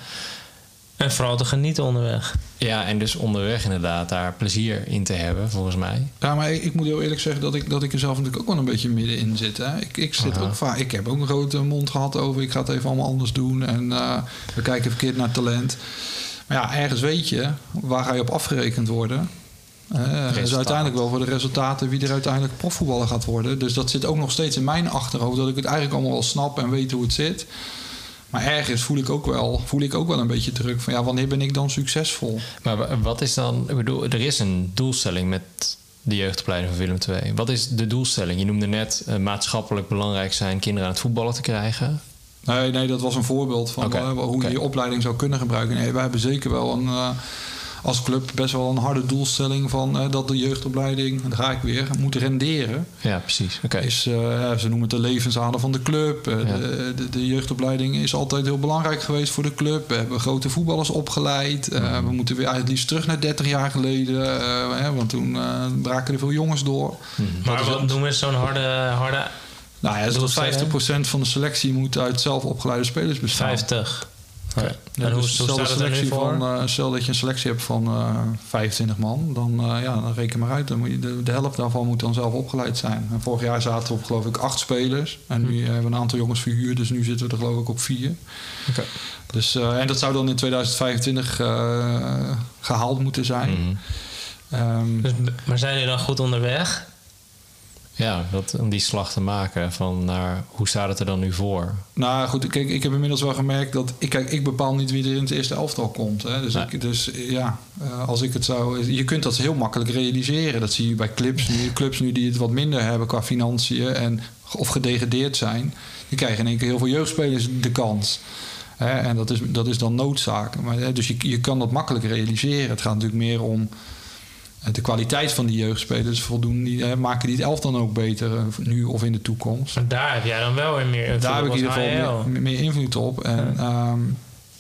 En vooral te genieten onderweg. Ja, en dus onderweg inderdaad daar plezier in te hebben, volgens mij. Ja, maar ik, ik moet heel eerlijk zeggen dat ik, dat ik er zelf natuurlijk ook wel een beetje middenin zit. Hè. Ik, ik zit Aha. ook vaak. Ik heb ook een grote mond gehad over. Ik ga het even allemaal anders doen. En uh, we kijken verkeerd naar talent. Maar ja, ergens weet je, waar ga je op afgerekend worden? Uh, dus uiteindelijk wel voor de resultaten wie er uiteindelijk profvoetballer gaat worden. Dus dat zit ook nog steeds in mijn achterhoofd. Dat ik het eigenlijk allemaal wel snap en weet hoe het zit. Maar ergens voel ik ook wel, voel ik ook wel een beetje druk van ja, wanneer ben ik dan succesvol? Maar wat is dan, ik bedoel, er is een doelstelling met de jeugdopleiding van Willem twee. Wat is de doelstelling? Je noemde net uh, maatschappelijk belangrijk zijn kinderen aan het voetballen te krijgen. Nee, nee, dat was een voorbeeld van okay. uh, hoe okay. je je opleiding zou kunnen gebruiken. Nee, wij hebben zeker wel een, uh, als club best wel een harde doelstelling van uh, dat de jeugdopleiding, daar ga ik weer, moet renderen. Ja, precies. Okay. Is, uh, ja, ze noemen het de levensader van de club. Uh, ja. de, de, de jeugdopleiding is altijd heel belangrijk geweest voor de club. We hebben grote voetballers opgeleid. Uh, mm. We moeten weer eigenlijk liefst terug naar dertig jaar geleden. Uh, hè, want toen uh, braken er veel jongens door. Mm. Maar wat doen we zo'n harde... harde nou ja, dus vijftig procent van de selectie moet uit zelf opgeleide spelers bestaan. vijftig. Okay. Ja, en dus hoe, stel, hoe staat selectie van, uh, stel dat je een selectie hebt van uh, vijfentwintig man, dan, uh, ja, dan reken maar uit. Dan moet je de, de helft daarvan moet dan zelf opgeleid zijn. En vorig jaar zaten we op geloof ik acht spelers. En nu hmm. hebben we een aantal jongens verhuurd, dus nu zitten we er geloof ik op vier. Okay. Dus, uh, en dat zou dan in tweeduizend vijfentwintig uh, gehaald moeten zijn. Hmm. Um, dus, maar zijn jullie dan goed onderweg? Ja, dat, om die slag te maken van naar hoe staat het er dan nu voor? Nou goed, kijk, ik heb inmiddels wel gemerkt dat ik, kijk, ik bepaal niet wie er in het eerste elftal komt. Hè. Dus, nee. ik, dus ja, als ik het zou, je kunt dat heel makkelijk realiseren. Dat zie je bij clubs nu, clubs nu die het wat minder hebben qua financiën en of gedegradeerd zijn. Die krijgen in één keer heel veel jeugdspelers de kans. Hè. En dat is, dat is dan noodzaak. Maar, hè, dus je, je kan dat makkelijk realiseren. Het gaat natuurlijk meer om de kwaliteit van die jeugdspelers voldoen, die, hè, maken die het elftal dan ook beter uh, nu of in de toekomst. Maar daar heb jij dan wel weer meer invloed daar op. Daar heb ik in ieder geval meer, meer invloed op. En, ja. um,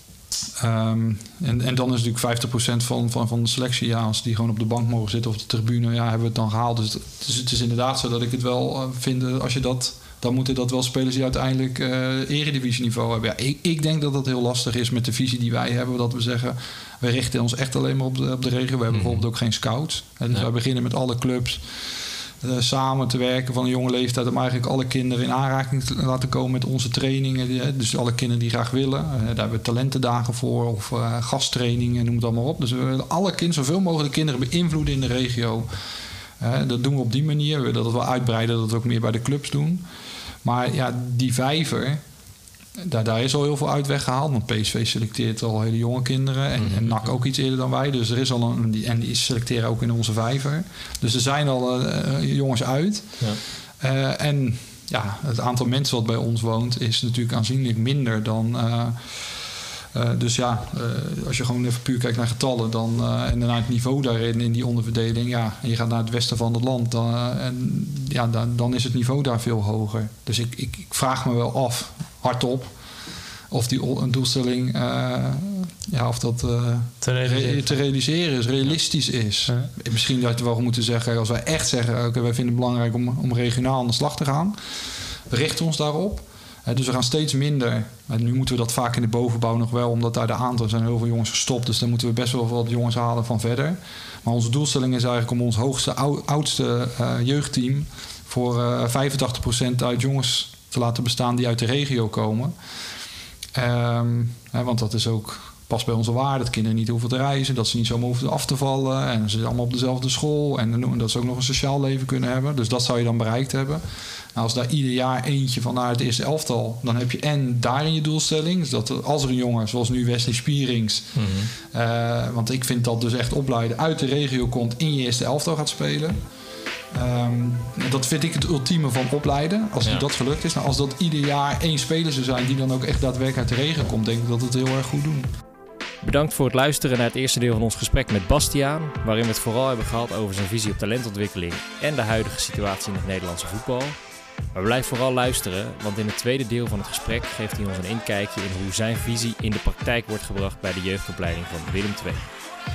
um, en, en dan is natuurlijk vijftig procent van, van, van de selectie, ja, als die gewoon op de bank mogen zitten of de tribune, ja, hebben we het dan gehaald. Dus het is, het is inderdaad zo dat ik het wel uh, vind, als je dat, dan moeten dat wel spelers die uiteindelijk uh, eredivisieniveau hebben. Ja, ik, ik denk dat dat heel lastig is met de visie die wij hebben, dat we zeggen, we richten ons echt alleen maar op de, op de regio. We hebben mm. bijvoorbeeld ook geen scouts. En dus ja. wij beginnen met alle clubs uh, samen te werken van een jonge leeftijd om eigenlijk alle kinderen in aanraking te laten komen met onze trainingen. Die, dus alle kinderen die graag willen. Uh, daar hebben we talentendagen voor of uh, gasttrainingen, noem het allemaal op. Dus we willen alle kinderen, zoveel mogelijk kinderen beïnvloeden in de regio. Uh, dat doen we op die manier. We willen dat wel uitbreiden, dat we ook meer bij de clubs doen. Maar ja, die vijver, Daar, daar is al heel veel uit weggehaald. Want P S V selecteert al hele jonge kinderen. En, mm-hmm. en N A C ook iets eerder dan wij. Dus er is al een. En die selecteren ook in onze vijver. Dus er zijn al uh, jongens uit. Ja. Uh, en ja, het aantal mensen wat bij ons woont is natuurlijk aanzienlijk minder dan. Uh, uh, dus ja, uh, als je gewoon even puur kijkt naar getallen dan, uh, en naar het niveau daarin in die onderverdeling. Ja, en je gaat naar het westen van het land. Dan, uh, en, ja, dan, dan is het niveau daar veel hoger. Dus ik, ik, ik vraag me wel af. Hardop. Of die een doelstelling, uh, ja, of dat uh, te, realiseren. Re- te realiseren is, realistisch is. Ja. Misschien dat we wel moeten zeggen, als wij echt zeggen, oké, okay, wij vinden het belangrijk om, om regionaal aan de slag te gaan. We richten ons daarop. Uh, dus we gaan steeds minder. Uh, nu moeten we dat vaak in de bovenbouw nog wel, omdat daar de aantallen zijn heel veel jongens gestopt. Dus dan moeten we best wel wat jongens halen van verder. Maar onze doelstelling is eigenlijk om ons hoogste, oudste uh, jeugdteam voor uh, vijfentachtig procent uit jongens te laten bestaan die uit de regio komen. Um, hè, want dat is ook past bij onze waarden. Dat kinderen niet hoeven te reizen. Dat ze niet zomaar hoeven af te vallen. En ze zitten allemaal op dezelfde school. En dat ze ook nog een sociaal leven kunnen hebben. Dus dat zou je dan bereikt hebben. Nou, als daar ieder jaar eentje van naar het eerste elftal... dan heb je en daarin je doelstelling. Dus dat als er een jongen, zoals nu Wesley Spierings... Mm-hmm. Uh, want ik vind dat dus echt opleiden... uit de regio komt, in je eerste elftal gaat spelen... Um, dat vind ik het ultieme van opleiden. Als ja. dat gelukt is. Nou, als dat ieder jaar één speler zou zijn... die dan ook echt daadwerkelijk uit de regio komt... denk ik dat we het heel erg goed doen. Bedankt voor het luisteren naar het eerste deel van ons gesprek met Bastiaan... waarin we het vooral hebben gehad over zijn visie op talentontwikkeling... en de huidige situatie in het Nederlandse voetbal. Maar blijf vooral luisteren... want in het tweede deel van het gesprek... geeft hij ons een inkijkje in hoe zijn visie in de praktijk wordt gebracht... bij de jeugdopleiding van Willem twee.